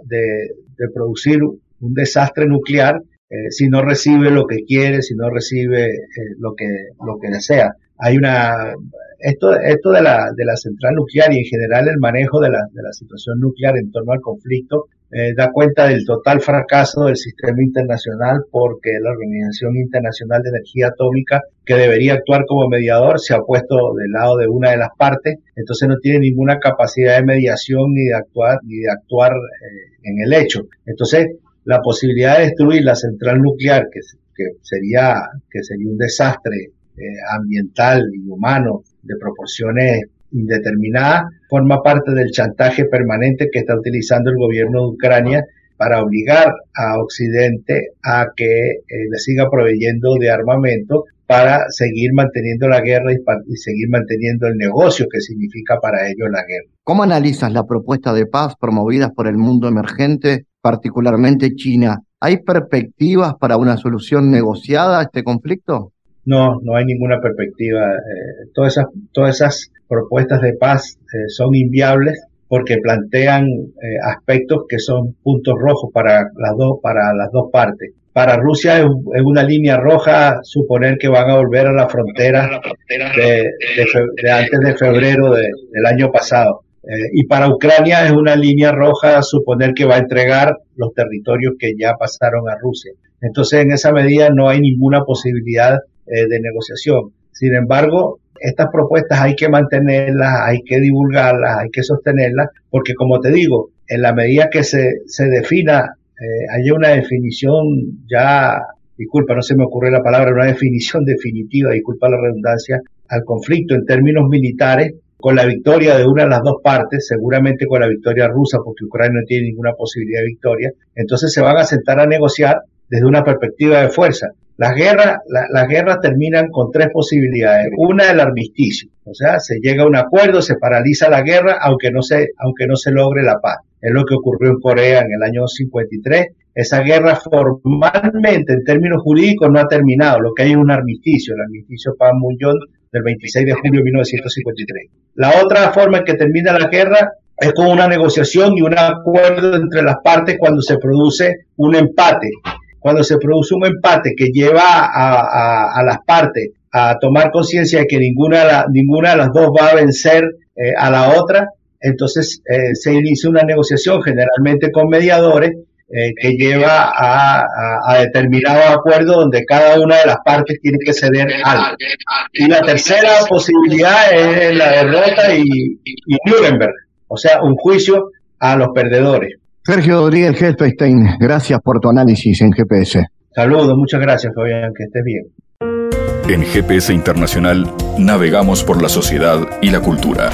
producir un desastre nuclear si no recibe lo que quiere, si no recibe lo que desea. Hay esto de la central nuclear y en general el manejo de la situación nuclear en torno al conflicto da cuenta del total fracaso del sistema internacional, porque la Organización Internacional de Energía Atómica, que debería actuar como mediador, se ha puesto del lado de una de las partes, entonces no tiene ninguna capacidad de mediación ni de actuar en el hecho. Entonces la posibilidad de destruir la central nuclear, que sería un desastre ambiental y humano de proporciones indeterminadas, forma parte del chantaje permanente que está utilizando el gobierno de Ucrania para obligar a Occidente a que le siga proveyendo de armamento para seguir manteniendo la guerra y seguir manteniendo el negocio que significa para ellos la guerra. ¿Cómo analizas la propuesta de paz promovidas por el mundo emergente, particularmente China? ¿Hay perspectivas para una solución negociada a este conflicto? No hay ninguna perspectiva. Todas esas propuestas de paz son inviables porque plantean aspectos que son puntos rojos para las dos partes. Para Rusia es una línea roja suponer que van a volver a la frontera de antes de febrero del año pasado. Y para Ucrania es una línea roja suponer que va a entregar los territorios que ya pasaron a Rusia. Entonces, en esa medida no hay ninguna posibilidad de negociación. Sin embargo, estas propuestas hay que mantenerlas, hay que divulgarlas, hay que sostenerlas, porque como te digo, en la medida que se defina, haya una definición ya, disculpa, no se me ocurre la palabra, una definición definitiva, disculpa la redundancia, al conflicto en términos militares, con la victoria de una de las dos partes, seguramente con la victoria rusa, porque Ucrania no tiene ninguna posibilidad de victoria, entonces se van a sentar a negociar desde una perspectiva de fuerza. Las guerras terminan con 3 posibilidades. Una, el armisticio, o sea, se llega a un acuerdo, se paraliza la guerra, aunque no se logre la paz. Es lo que ocurrió en Corea en el año 53. Esa guerra formalmente, en términos jurídicos, no ha terminado. Lo que hay es un armisticio, el armisticio Panmunjom del 26 de julio de 1953. La otra forma en que termina la guerra es con una negociación y un acuerdo entre las partes cuando se produce un empate. Cuando se produce un empate que lleva a las partes a tomar conciencia de que ninguna de las dos va a vencer a la otra, entonces se inicia una negociación generalmente con mediadores que lleva a determinados acuerdos donde cada una de las partes tiene que ceder algo. Y la tercera posibilidad es la derrota y Nuremberg, o sea, un juicio a los perdedores. Sergio Rodríguez Helfenstein, gracias por tu análisis en GPS. Saludos, muchas gracias, Fabián, que estés bien. En GPS Internacional navegamos por la sociedad y la cultura.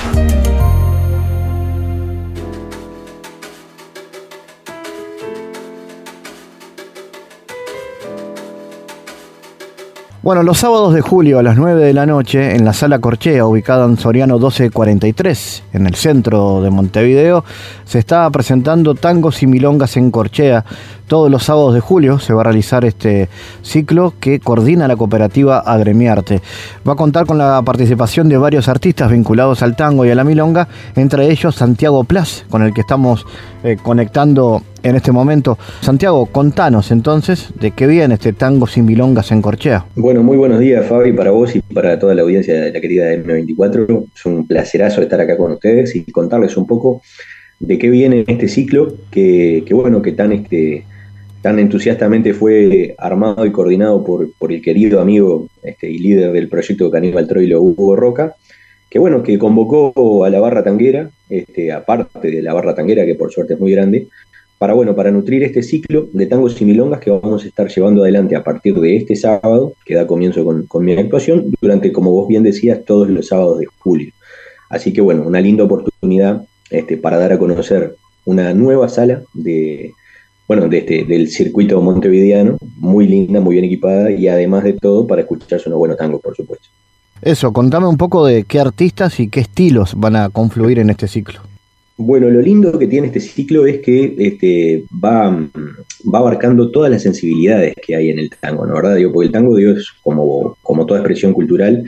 Bueno, los sábados de julio a las 9 de la noche, en la Sala Corchea, ubicada en Soriano 1243, en el centro de Montevideo, se está presentando tangos y milongas en Corchea. Todos los sábados de julio se va a realizar este ciclo que coordina la cooperativa Agremiarte. Va a contar con la participación de varios artistas vinculados al tango y a la milonga, entre ellos Santiago Plas, con el que estamos conectando en este momento. Santiago, contanos entonces de qué viene este Tangos y Milongas en Corchea. Bueno, muy buenos días, Fabi, para vos y para toda la audiencia de la querida M24. Es un placerazo estar acá con ustedes y contarles un poco de qué viene este ciclo que bueno, que tan entusiastamente fue armado y coordinado por el querido amigo y líder del proyecto Caníbal Troilo, Hugo Roca, que bueno, que convocó a la barra tanguera, aparte de la barra tanguera, que por suerte es muy grande, para nutrir este ciclo de tangos y milongas que vamos a estar llevando adelante a partir de este sábado, que da comienzo con mi actuación, durante, como vos bien decías, todos los sábados de julio. Así que bueno, una linda oportunidad para dar a conocer una nueva sala del circuito montevideano, muy linda, muy bien equipada, y además de todo para escucharse unos buenos tangos, por supuesto. Eso, contame un poco de qué artistas y qué estilos van a confluir en este ciclo. Bueno, lo lindo que tiene este ciclo es que va abarcando todas las sensibilidades que hay en el tango, ¿no? ¿Verdad? Porque el tango, es como toda expresión cultural,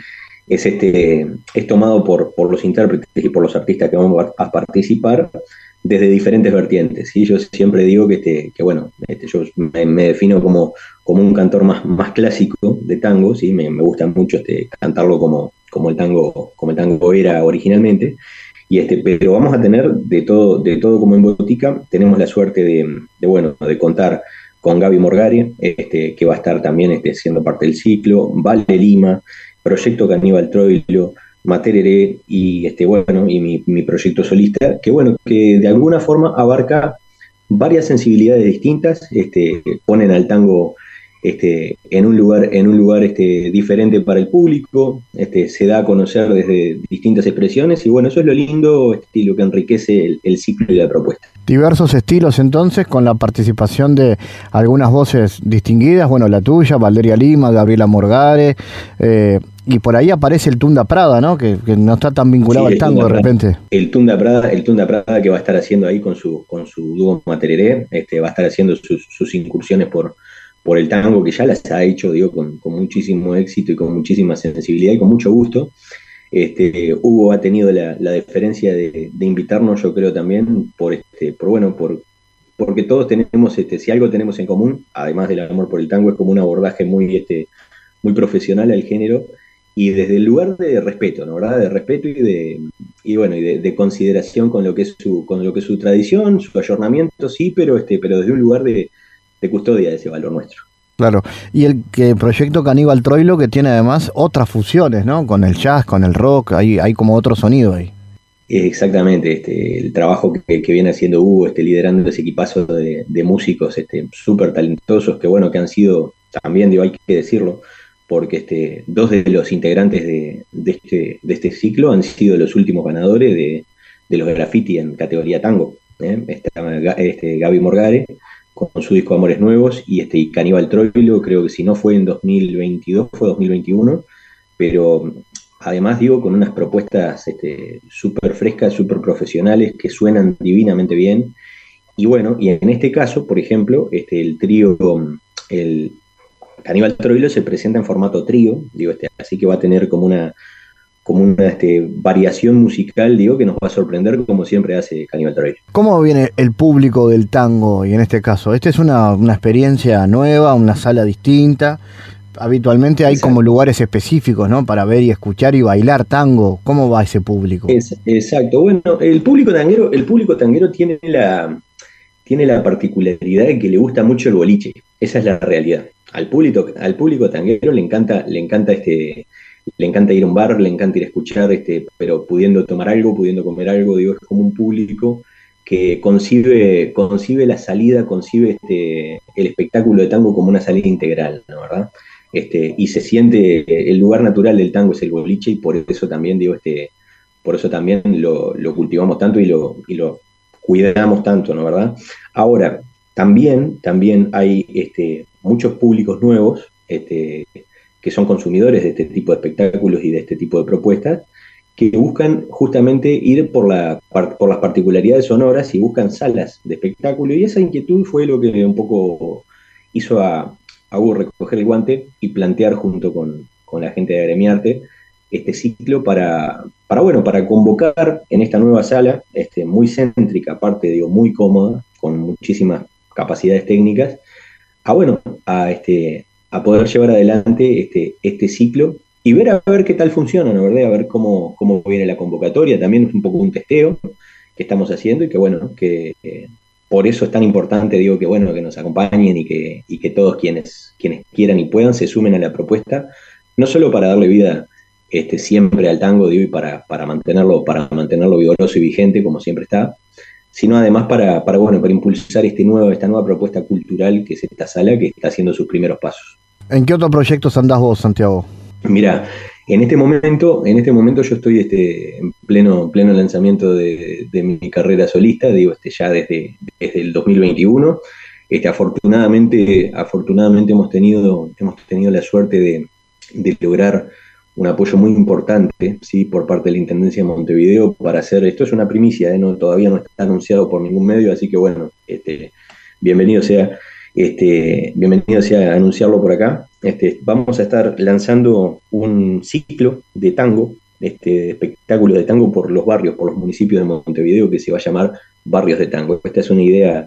es tomado por los intérpretes y por los artistas que vamos a participar desde diferentes vertientes, ¿sí? Yo siempre digo que yo me defino como un cantor más clásico de tango, ¿sí? Me gusta mucho cantarlo como el tango era originalmente, pero vamos a tener de todo como en Botica. Tenemos la suerte de contar con Gaby Morgare, que va a estar también siendo parte del ciclo, Vale Lima, Proyecto Caníbal Troilo, Materere y mi proyecto solista, que de alguna forma abarca varias sensibilidades distintas, ponen al tango en un lugar diferente para el público, se da a conocer desde distintas expresiones, y bueno, eso es lo lindo, lo que enriquece el ciclo y la propuesta. Diversos estilos entonces, con la participación de algunas voces distinguidas, bueno, la tuya, Valeria Lima, Gabriela Morgare, y por ahí aparece el Tunda Prada, ¿no? Que no está tan vinculado al tango de repente. El Tunda Prada que va a estar haciendo ahí con su dúo Materere, va a estar haciendo sus incursiones por el tango, que ya las ha hecho, con muchísimo éxito y con muchísima sensibilidad y con mucho gusto. Hugo ha tenido la deferencia de invitarnos, yo creo también, porque todos tenemos, si algo tenemos en común, además del amor por el tango, es como un abordaje muy profesional al género, y desde el lugar de respeto, ¿no? ¿Verdad? De respeto y de consideración con lo que es su tradición, su ayornamiento, sí, pero desde un lugar de custodia de ese valor nuestro. Claro, y el proyecto Caníbal Troilo, que tiene además otras fusiones, ¿no? Con el jazz, con el rock, hay como otro sonido ahí. Exactamente, el trabajo que viene haciendo Hugo, liderando ese equipazo de músicos súper talentosos, que han sido, también hay que decirlo, porque dos de los integrantes de este ciclo han sido los últimos ganadores de los graffiti en categoría tango. Gaby Morgare, con su disco Amores Nuevos, y Caníbal Troilo, creo que si no fue en 2022, fue 2021, pero además con unas propuestas súper frescas, súper profesionales, que suenan divinamente bien, y en este caso, por ejemplo, el trío, el Caníbal Troilo se presenta en formato trío, así que va a tener como una variación musical, que nos va a sorprender, como siempre hace Caníbal Troilo. ¿Cómo viene el público del tango? Y en este caso, ¿es una experiencia nueva, una sala distinta? Habitualmente hay como lugares específicos, ¿no? Para ver y escuchar y bailar tango. ¿Cómo va ese público? Exacto. Bueno, el público tanguero tiene la particularidad de que le gusta mucho el boliche. Esa es la realidad. Al público tanguero le encanta ir a un bar, le encanta ir a escuchar, pero pudiendo tomar algo, pudiendo comer algo, es como un público que concibe la salida, concibe el espectáculo de tango como una salida integral, ¿no? ¿Verdad? Y se siente, el lugar natural del tango es el boliche, y por eso también lo cultivamos tanto y lo cuidamos tanto, ¿no? ¿Verdad? Ahora, también hay muchos públicos nuevos, que son consumidores de este tipo de espectáculos y de este tipo de propuestas, que buscan justamente ir por las particularidades sonoras y buscan salas de espectáculo, y esa inquietud fue lo que un poco hizo a Hugo recoger el guante y plantear junto con la gente de Agremiarte este ciclo para convocar en esta nueva sala, muy céntrica, aparte muy cómoda, con muchísimas capacidades técnicas, a poder llevar adelante este ciclo y ver qué tal funciona, ¿no? ¿Verdad? A ver cómo viene la convocatoria. También es un poco un testeo, estamos haciendo y que bueno, que por eso es tan importante, digo, que bueno, que nos acompañen y que todos quienes quieran y puedan se sumen a la propuesta, no solo para darle vida siempre al tango, digo, y para mantenerlo vigoroso y vigente como siempre está, sino además para impulsar esta nueva propuesta cultural que es esta sala que está haciendo sus primeros pasos. ¿En qué otros proyectos andás vos, Santiago? Mira, en este momento yo estoy en pleno lanzamiento de mi carrera solista, digo, ya desde el 2021. Afortunadamente hemos tenido la suerte de lograr un apoyo muy importante, ¿sí?, por parte de la Intendencia de Montevideo para hacer, esto es una primicia, todavía no está anunciado por ningún medio, así que bueno, bienvenido sea a anunciarlo por acá. Vamos a estar lanzando un ciclo de tango, espectáculo de tango por los barrios, por los municipios de Montevideo, que se va a llamar Barrios de Tango. Esta es una idea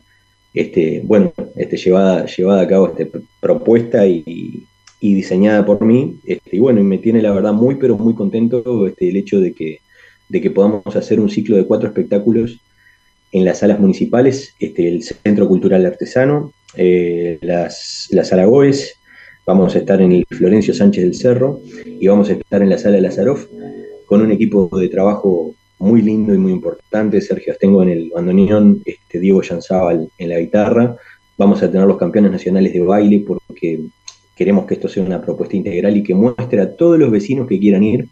llevada a cabo, propuesta y diseñada por mí, y me tiene la verdad muy pero muy contento el hecho de que podamos hacer un ciclo de 4 espectáculos en las salas municipales, el Centro Cultural Artesano, la Sala Goes, vamos a estar en el Florencio Sánchez del Cerro y vamos a estar en la Sala Lazaroff con un equipo de trabajo muy lindo y muy importante, Sergio Astengo en el bandoneón, Diego Yanzábal en la guitarra. Vamos a tener los campeones nacionales de baile porque queremos que esto sea una propuesta integral y que muestre a todos los vecinos que quieran ir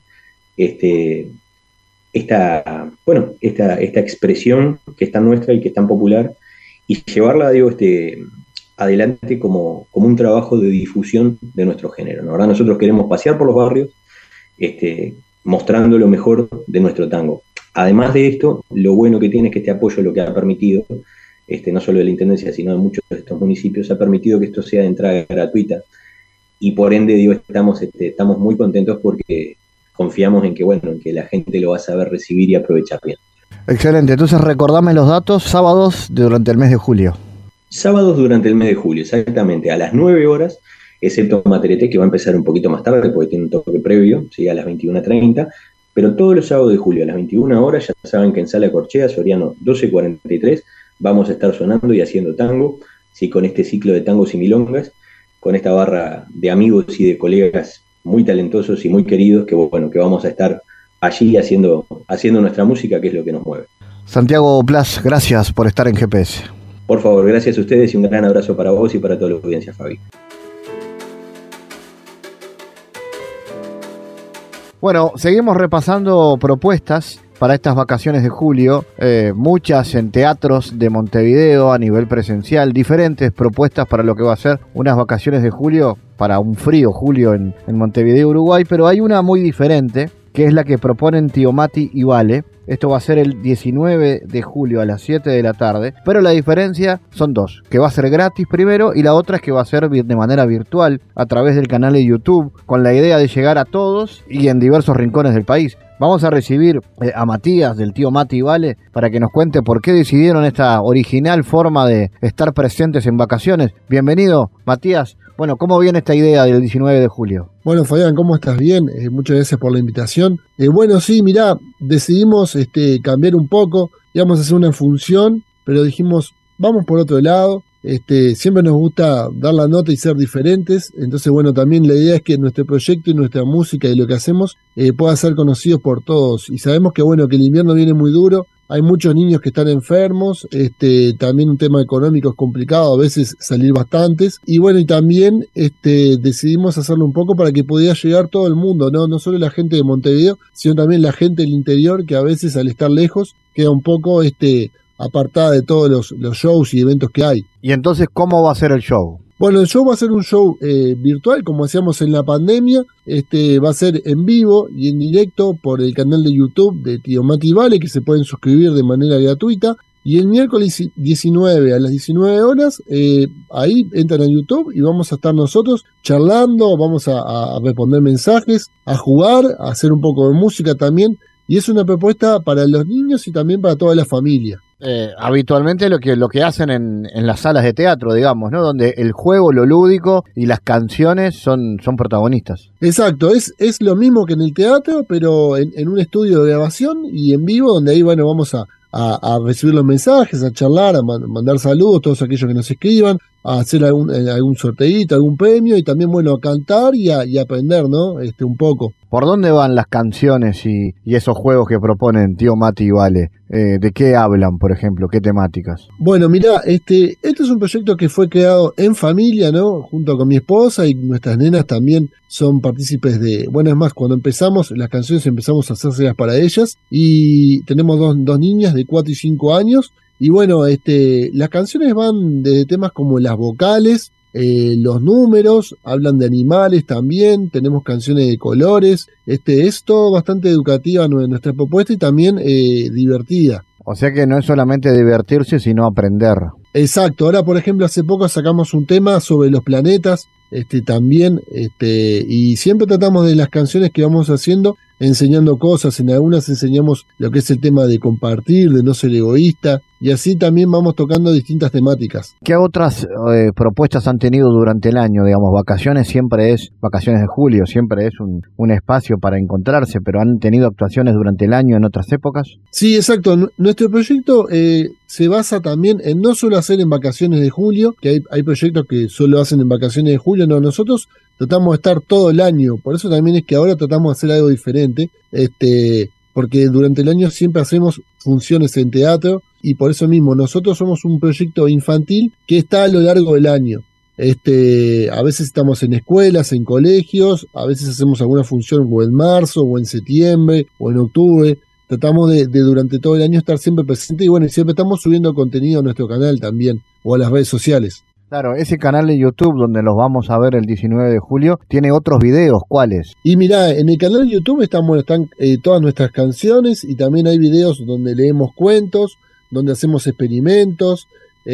esta expresión que es tan nuestra y que es tan popular, y llevarla, digo, adelante como un trabajo de difusión de nuestro género, ¿no? Ahora nosotros queremos pasear por los barrios mostrando lo mejor de nuestro tango. Además de esto, lo bueno que tiene es que este apoyo lo que ha permitido, no solo de la Intendencia, sino de muchos de estos municipios, ha permitido que esto sea de entrada gratuita. Y por ende, digo, estamos muy contentos porque confiamos en que la gente lo va a saber recibir y aprovechar bien. Excelente, entonces recordame los datos, sábados durante el mes de julio. Sábados durante el mes de julio, exactamente, a las 9 horas, excepto Materete, que va a empezar un poquito más tarde porque tiene un toque previo, ¿sí?, a las 21:30, pero todos los sábados de julio a las 21 horas, ya saben que en Sala Corchea, Soriano 1243, vamos a estar sonando y haciendo tango, ¿sí?, con este ciclo de tangos y milongas, con esta barra de amigos y de colegas muy talentosos y muy queridos que vamos a estar allí haciendo nuestra música, que es lo que nos mueve. Santiago Plas, gracias por estar en GPS. Por favor, gracias a ustedes y un gran abrazo para vos y para toda la audiencia, Fabi. Bueno, seguimos repasando propuestas para estas vacaciones de julio, muchas en teatros de Montevideo a nivel presencial, diferentes propuestas para lo que va a ser unas vacaciones de julio, para un frío julio en Montevideo, Uruguay, pero hay una muy diferente, que es la que proponen Tío Mati y Vale. Esto va a ser el 19 de julio a las 7 de la tarde, pero la diferencia son dos, que va a ser gratis primero y la otra es que va a ser de manera virtual a través del canal de YouTube, con la idea de llegar a todos y en diversos rincones del país. Vamos a recibir a Matías del Tío Mati y Vale para que nos cuente por qué decidieron esta original forma de estar presentes en vacaciones. Bienvenido, Matías. Bueno, ¿cómo viene esta idea del 19 de julio? Bueno, Fabián, ¿cómo estás? Bien, muchas gracias por la invitación. Bueno, sí, mirá, decidimos cambiar un poco, íbamos a hacer una función, pero dijimos, vamos por otro lado. Siempre nos gusta dar la nota y ser diferentes, entonces bueno, también la idea es que nuestro proyecto y nuestra música y lo que hacemos pueda ser conocidos por todos, y sabemos que bueno, que el invierno viene muy duro, hay muchos niños que están enfermos, también un tema económico es complicado, a veces salir bastantes, y bueno, y también decidimos hacerlo un poco para que pudiera llegar todo el mundo, no solo la gente de Montevideo, sino también la gente del interior, que a veces al estar lejos queda un poco apartada de todos los shows y eventos que hay. ¿Y entonces cómo va a ser el show? Bueno, el show va a ser un show virtual, como hacíamos en la pandemia. Va a ser en vivo y en directo por el canal de YouTube de Tío Mati y Vale, que se pueden suscribir de manera gratuita. Y el miércoles 19 a las 19 horas, ahí entran a YouTube y vamos a estar nosotros charlando, vamos a responder mensajes, a jugar, a hacer un poco de música también. Y es una propuesta para los niños y también para toda la familia. Habitualmente lo que hacen en las salas de teatro, digamos, ¿no? Donde el juego, lo lúdico y las canciones son protagonistas. Exacto, es lo mismo que en el teatro, pero en un estudio de grabación y en vivo, donde ahí, bueno, vamos a a recibir los mensajes, a charlar, a mandar saludos, todos aquellos que nos escriban, a hacer algún sorteíto, algún premio, y también, bueno, a cantar y a aprender, ¿no? Un poco. ¿Por dónde van las canciones y esos juegos que proponen Tío Mati y Vale? ¿De qué hablan, por ejemplo? ¿Qué temáticas? Bueno, mirá, este es un proyecto que fue creado en familia, ¿no? Junto con mi esposa, y nuestras nenas también son partícipes de... Bueno, es más, cuando empezamos, las canciones empezamos a hacérselas para ellas, y tenemos dos niñas de 4 y 5 años, y bueno, las canciones van desde temas como las vocales, los números, hablan de animales también, tenemos canciones de colores, es todo bastante educativa nuestra propuesta y también divertida. O sea que no es solamente divertirse, sino aprender. Exacto, ahora por ejemplo hace poco sacamos un tema sobre los planetas, también, y siempre tratamos de las canciones que vamos haciendo, enseñando cosas. En algunas enseñamos lo que es el tema de compartir, de no ser egoísta, y así también vamos tocando distintas temáticas. ¿Qué otras propuestas han tenido durante el año? Digamos, vacaciones de julio, siempre es un espacio para encontrarse, pero ¿han tenido actuaciones durante el año en otras épocas? Sí, exacto. Nuestro proyecto se basa también en no solo hacer en vacaciones de julio, que hay proyectos que solo hacen en vacaciones de julio, no, nosotros tratamos de estar todo el año, por eso también es que ahora tratamos de hacer algo diferente, porque durante el año siempre hacemos funciones en teatro, y por eso mismo nosotros somos un proyecto infantil que está a lo largo del año. A veces estamos en escuelas, en colegios, a veces hacemos alguna función o en marzo, o en septiembre, o en octubre. Tratamos de durante todo el año estar siempre presente, y bueno, siempre estamos subiendo contenido a nuestro canal también, o a las redes sociales. Claro, ese canal de YouTube donde los vamos a ver el 19 de julio, tiene otros videos, ¿cuáles? Y mirá, en el canal de YouTube están todas nuestras canciones, y también hay videos donde leemos cuentos, donde hacemos experimentos,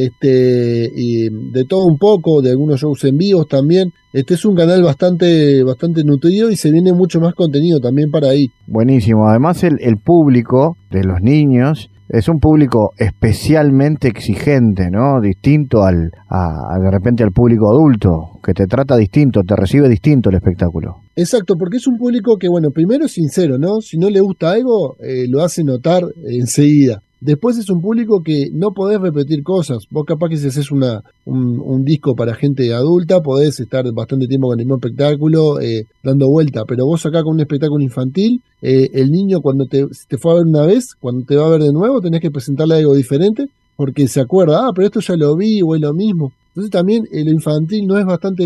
y de todo un poco, de algunos shows en vivos también. Es un canal bastante nutrido, y se viene mucho más contenido también para ahí. Buenísimo, además el público de los niños es un público especialmente exigente, ¿no? Distinto de repente al público adulto, que te trata distinto, te recibe distinto el espectáculo. Exacto, porque es un público que, bueno, primero es sincero, ¿no? Si no le gusta algo, lo hace notar enseguida. Después es un público que no podés repetir cosas. Vos capaz que si haces un disco para gente adulta, podés estar bastante tiempo con el mismo espectáculo, dando vuelta. Pero vos acá con un espectáculo infantil, el niño cuando te fue a ver una vez, cuando te va a ver de nuevo, tenés que presentarle algo diferente, porque se acuerda, pero esto ya lo vi, o es lo mismo. Entonces también lo infantil no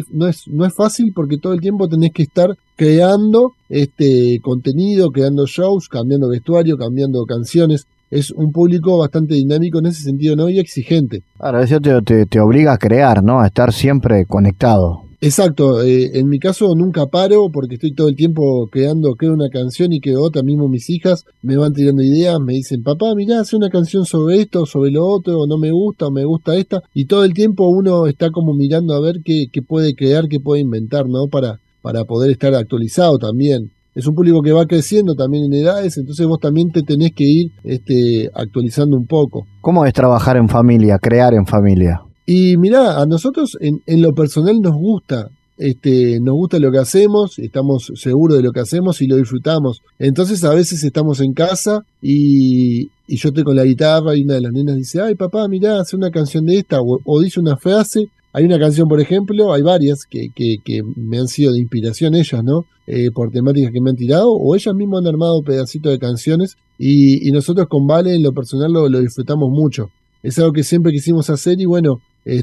es fácil, porque todo el tiempo tenés que estar creando contenido, creando shows, cambiando vestuario, cambiando canciones. Es un público bastante dinámico en ese sentido, ¿no? Y exigente. Claro, eso te obliga a crear, ¿no? A estar siempre conectado. Exacto, en mi caso nunca paro, porque estoy todo el tiempo creo una canción y creo otra. Mismo mis hijas me van tirando ideas, me dicen, papá, mirá, hace una canción sobre esto, sobre lo otro, o no me gusta, o me gusta esta, y todo el tiempo uno está como mirando a ver qué puede crear, qué puede inventar, ¿no? Para poder estar actualizado también. Es un público que va creciendo también en edades, entonces vos también te tenés que ir actualizando un poco. ¿Cómo es trabajar en familia, crear en familia? Y mirá, a nosotros en lo personal nos gusta lo que hacemos, estamos seguros de lo que hacemos y lo disfrutamos. Entonces a veces estamos en casa y yo estoy con la guitarra, y una de las nenas dice, ay papá, mirá, hace una canción de esta, o dice una frase. Hay una canción, por ejemplo, hay varias que me han sido de inspiración ellas, ¿no? Por temáticas que me han tirado, o ellas mismas han armado pedacitos de canciones, y nosotros con Vale en lo personal lo disfrutamos mucho. Es algo que siempre quisimos hacer, y bueno,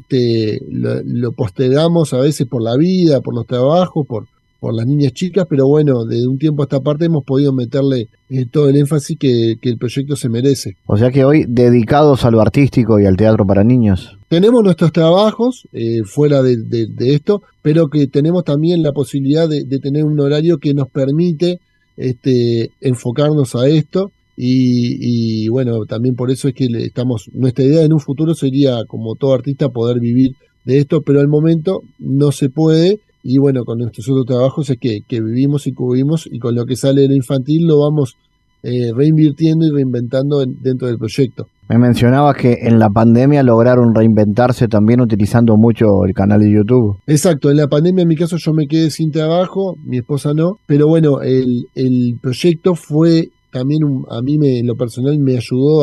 lo postergamos a veces por la vida, por los trabajos, por las niñas chicas, pero bueno, desde un tiempo a esta parte hemos podido meterle todo el énfasis que el proyecto se merece. O sea que hoy dedicados a lo artístico y al teatro para niños. Tenemos nuestros trabajos fuera de esto, pero que tenemos también la posibilidad de tener un horario que nos permite enfocarnos a esto. Y bueno, también por eso es que nuestra idea en un futuro sería, como todo artista, poder vivir de esto, pero al momento no se puede. Y bueno, con nuestros otros trabajos es que vivimos y cubrimos, y con lo que sale de lo infantil lo vamos reinvirtiendo y reinventando dentro del proyecto. Me mencionabas que en la pandemia lograron reinventarse también utilizando mucho el canal de YouTube. Exacto, en la pandemia en mi caso yo me quedé sin trabajo, mi esposa no, pero bueno, el proyecto fue también, a mí en lo personal me ayudó a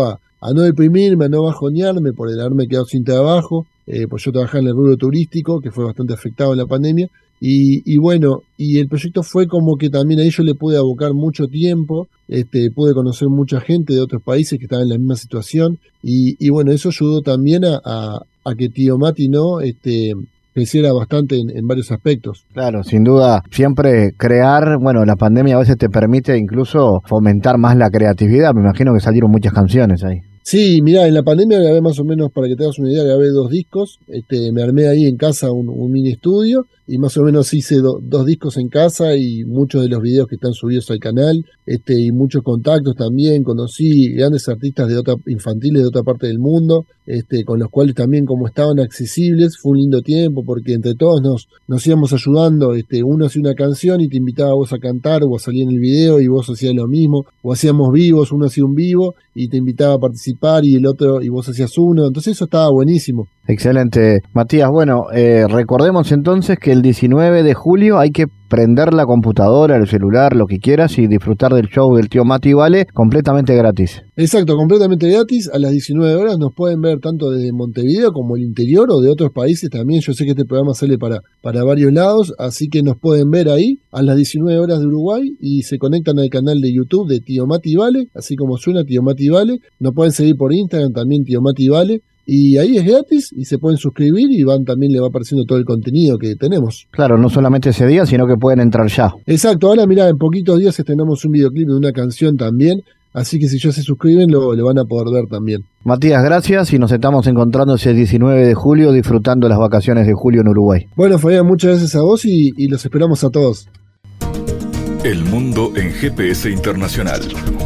a no deprimirme, a no bajonearme por el haberme quedado sin trabajo, pues yo trabajaba en el rubro turístico, que fue bastante afectado en la pandemia, y bueno, y el proyecto fue como que también a ello le pude abocar mucho tiempo, pude conocer mucha gente de otros países que estaban en la misma situación, y bueno, eso ayudó también a que Tío Mati, ¿no?, creciera bastante en varios aspectos. Claro, sin duda, siempre crear, bueno, la pandemia a veces te permite incluso fomentar más la creatividad, me imagino que salieron muchas canciones ahí. Sí, mirá, en la pandemia grabé más o menos, para que te hagas una idea, grabé 2 discos, me armé ahí en casa un mini estudio, y más o menos hice 2 discos en casa, y muchos de los videos que están subidos al canal, y muchos contactos también, conocí grandes artistas infantiles de otra parte del mundo, con los cuales también, como estaban accesibles, fue un lindo tiempo, porque entre todos nos íbamos ayudando, uno hacía una canción y te invitaba a vos a cantar, o a salir en el video, y vos hacías lo mismo, o hacíamos vivos, uno hacía un vivo, y te invitaba a participar, y el otro, y vos hacías uno, entonces eso estaba buenísimo. Excelente, Matías. Bueno, recordemos entonces que el 19 de julio hay que prender la computadora, el celular, lo que quieras, y disfrutar del show del Tío Mati Vale completamente gratis. Exacto, completamente gratis. A las 19 horas nos pueden ver tanto desde Montevideo como el interior, o de otros países también. Yo sé que este programa sale para varios lados, así que nos pueden ver ahí a las 19 horas de Uruguay, y se conectan al canal de YouTube de Tío Mati Vale, así como suena, Tío Mati Vale. Nos pueden seguir por Instagram también, Tío Mati Vale. Y ahí es gratis, y se pueden suscribir, y también le va apareciendo todo el contenido que tenemos. Claro, no solamente ese día, sino que pueden entrar ya. Exacto, ahora mirá, en poquitos días estrenamos un videoclip de una canción también, así que si ya se suscriben lo van a poder ver también. Matías, gracias, y nos estamos encontrando ese 19 de julio disfrutando las vacaciones de julio en Uruguay. Bueno, Fabián, muchas gracias a vos, y los esperamos a todos. El mundo en GPS Internacional.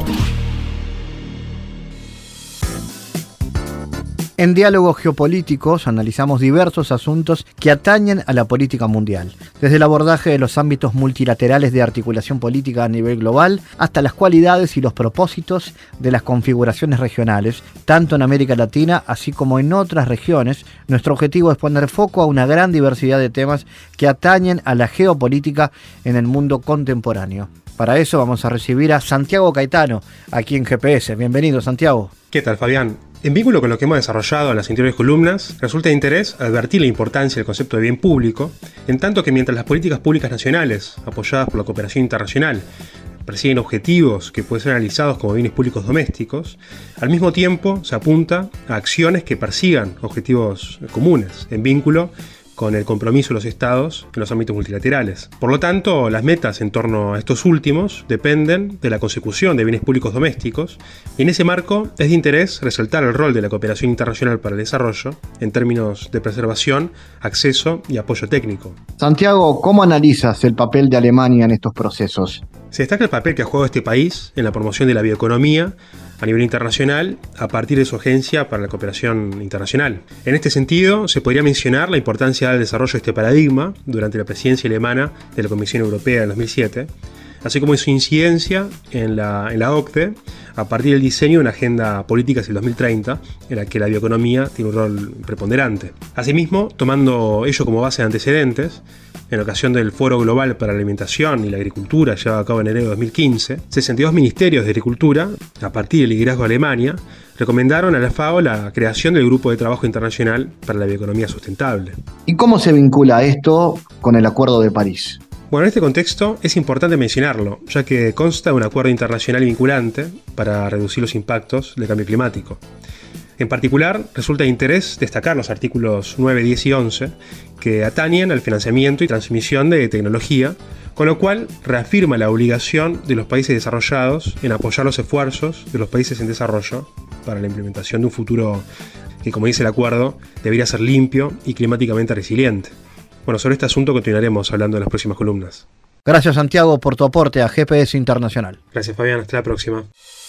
En Diálogos Geopolíticos analizamos diversos asuntos que atañen a la política mundial, desde el abordaje de los ámbitos multilaterales de articulación política a nivel global hasta las cualidades y los propósitos de las configuraciones regionales, tanto en América Latina así como en otras regiones. Nuestro objetivo es poner foco a una gran diversidad de temas que atañen a la geopolítica en el mundo contemporáneo. Para eso vamos a recibir a Santiago Caetano, aquí en GPS. Bienvenido, Santiago. ¿Qué tal, Fabián? En vínculo con lo que hemos desarrollado en las anteriores columnas, resulta de interés advertir la importancia del concepto de bien público, en tanto que mientras las políticas públicas nacionales, apoyadas por la cooperación internacional, persiguen objetivos que pueden ser analizados como bienes públicos domésticos, al mismo tiempo se apunta a acciones que persigan objetivos comunes, en vínculo con el compromiso de los estados en los ámbitos multilaterales. Por lo tanto, las metas en torno a estos últimos dependen de la consecución de bienes públicos domésticos, y en ese marco es de interés resaltar el rol de la cooperación internacional para el desarrollo en términos de preservación, acceso y apoyo técnico. Santiago, ¿cómo analizas el papel de Alemania en estos procesos? Se destaca el papel que ha jugado este país en la promoción de la bioeconomía a nivel internacional a partir de su agencia para la cooperación internacional. En este sentido, se podría mencionar la importancia del desarrollo de este paradigma durante la presidencia alemana de la Comisión Europea en 2007, así como su incidencia en la OCDE a partir del diseño de una agenda política hacia el 2030 en la que la bioeconomía tiene un rol preponderante. Asimismo, tomando ello como base de antecedentes, en ocasión del Foro Global para la Alimentación y la Agricultura llevado a cabo en enero de 2015, 62 ministerios de Agricultura, a partir del liderazgo de Alemania, recomendaron a la FAO la creación del Grupo de Trabajo Internacional para la Bioeconomía Sustentable. ¿Y cómo se vincula esto con el Acuerdo de París? Bueno, en este contexto es importante mencionarlo, ya que consta de un acuerdo internacional vinculante para reducir los impactos del cambio climático. En particular, resulta de interés destacar los artículos 9, 10 y 11, que atañen al financiamiento y transmisión de tecnología, con lo cual reafirma la obligación de los países desarrollados en apoyar los esfuerzos de los países en desarrollo para la implementación de un futuro que, como dice el acuerdo, debería ser limpio y climáticamente resiliente. Bueno, sobre este asunto continuaremos hablando en las próximas columnas. Gracias, Santiago, por tu aporte a GPS Internacional. Gracias, Fabián. Hasta la próxima.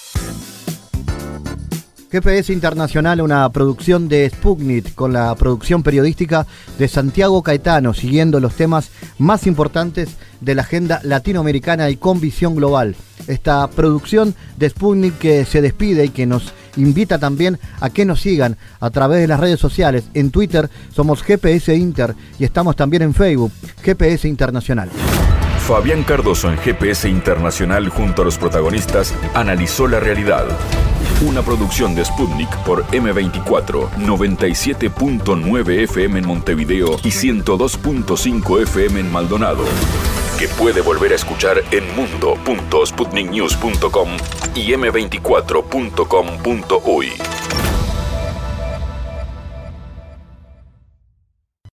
GPS Internacional, una producción de Sputnik con la producción periodística de Santiago Caetano, siguiendo los temas más importantes de la agenda latinoamericana y con visión global. Esta producción de Sputnik que se despide y que nos invita también a que nos sigan a través de las redes sociales. En Twitter somos GPS Inter y estamos también en Facebook, GPS Internacional. Fabián Cardoso en GPS Internacional junto a los protagonistas analizó la realidad. Una producción de Sputnik por M24, 97.9 FM en Montevideo y 102.5 FM en Maldonado. Que puede volver a escuchar en mundo.sputniknews.com y m24.com.uy.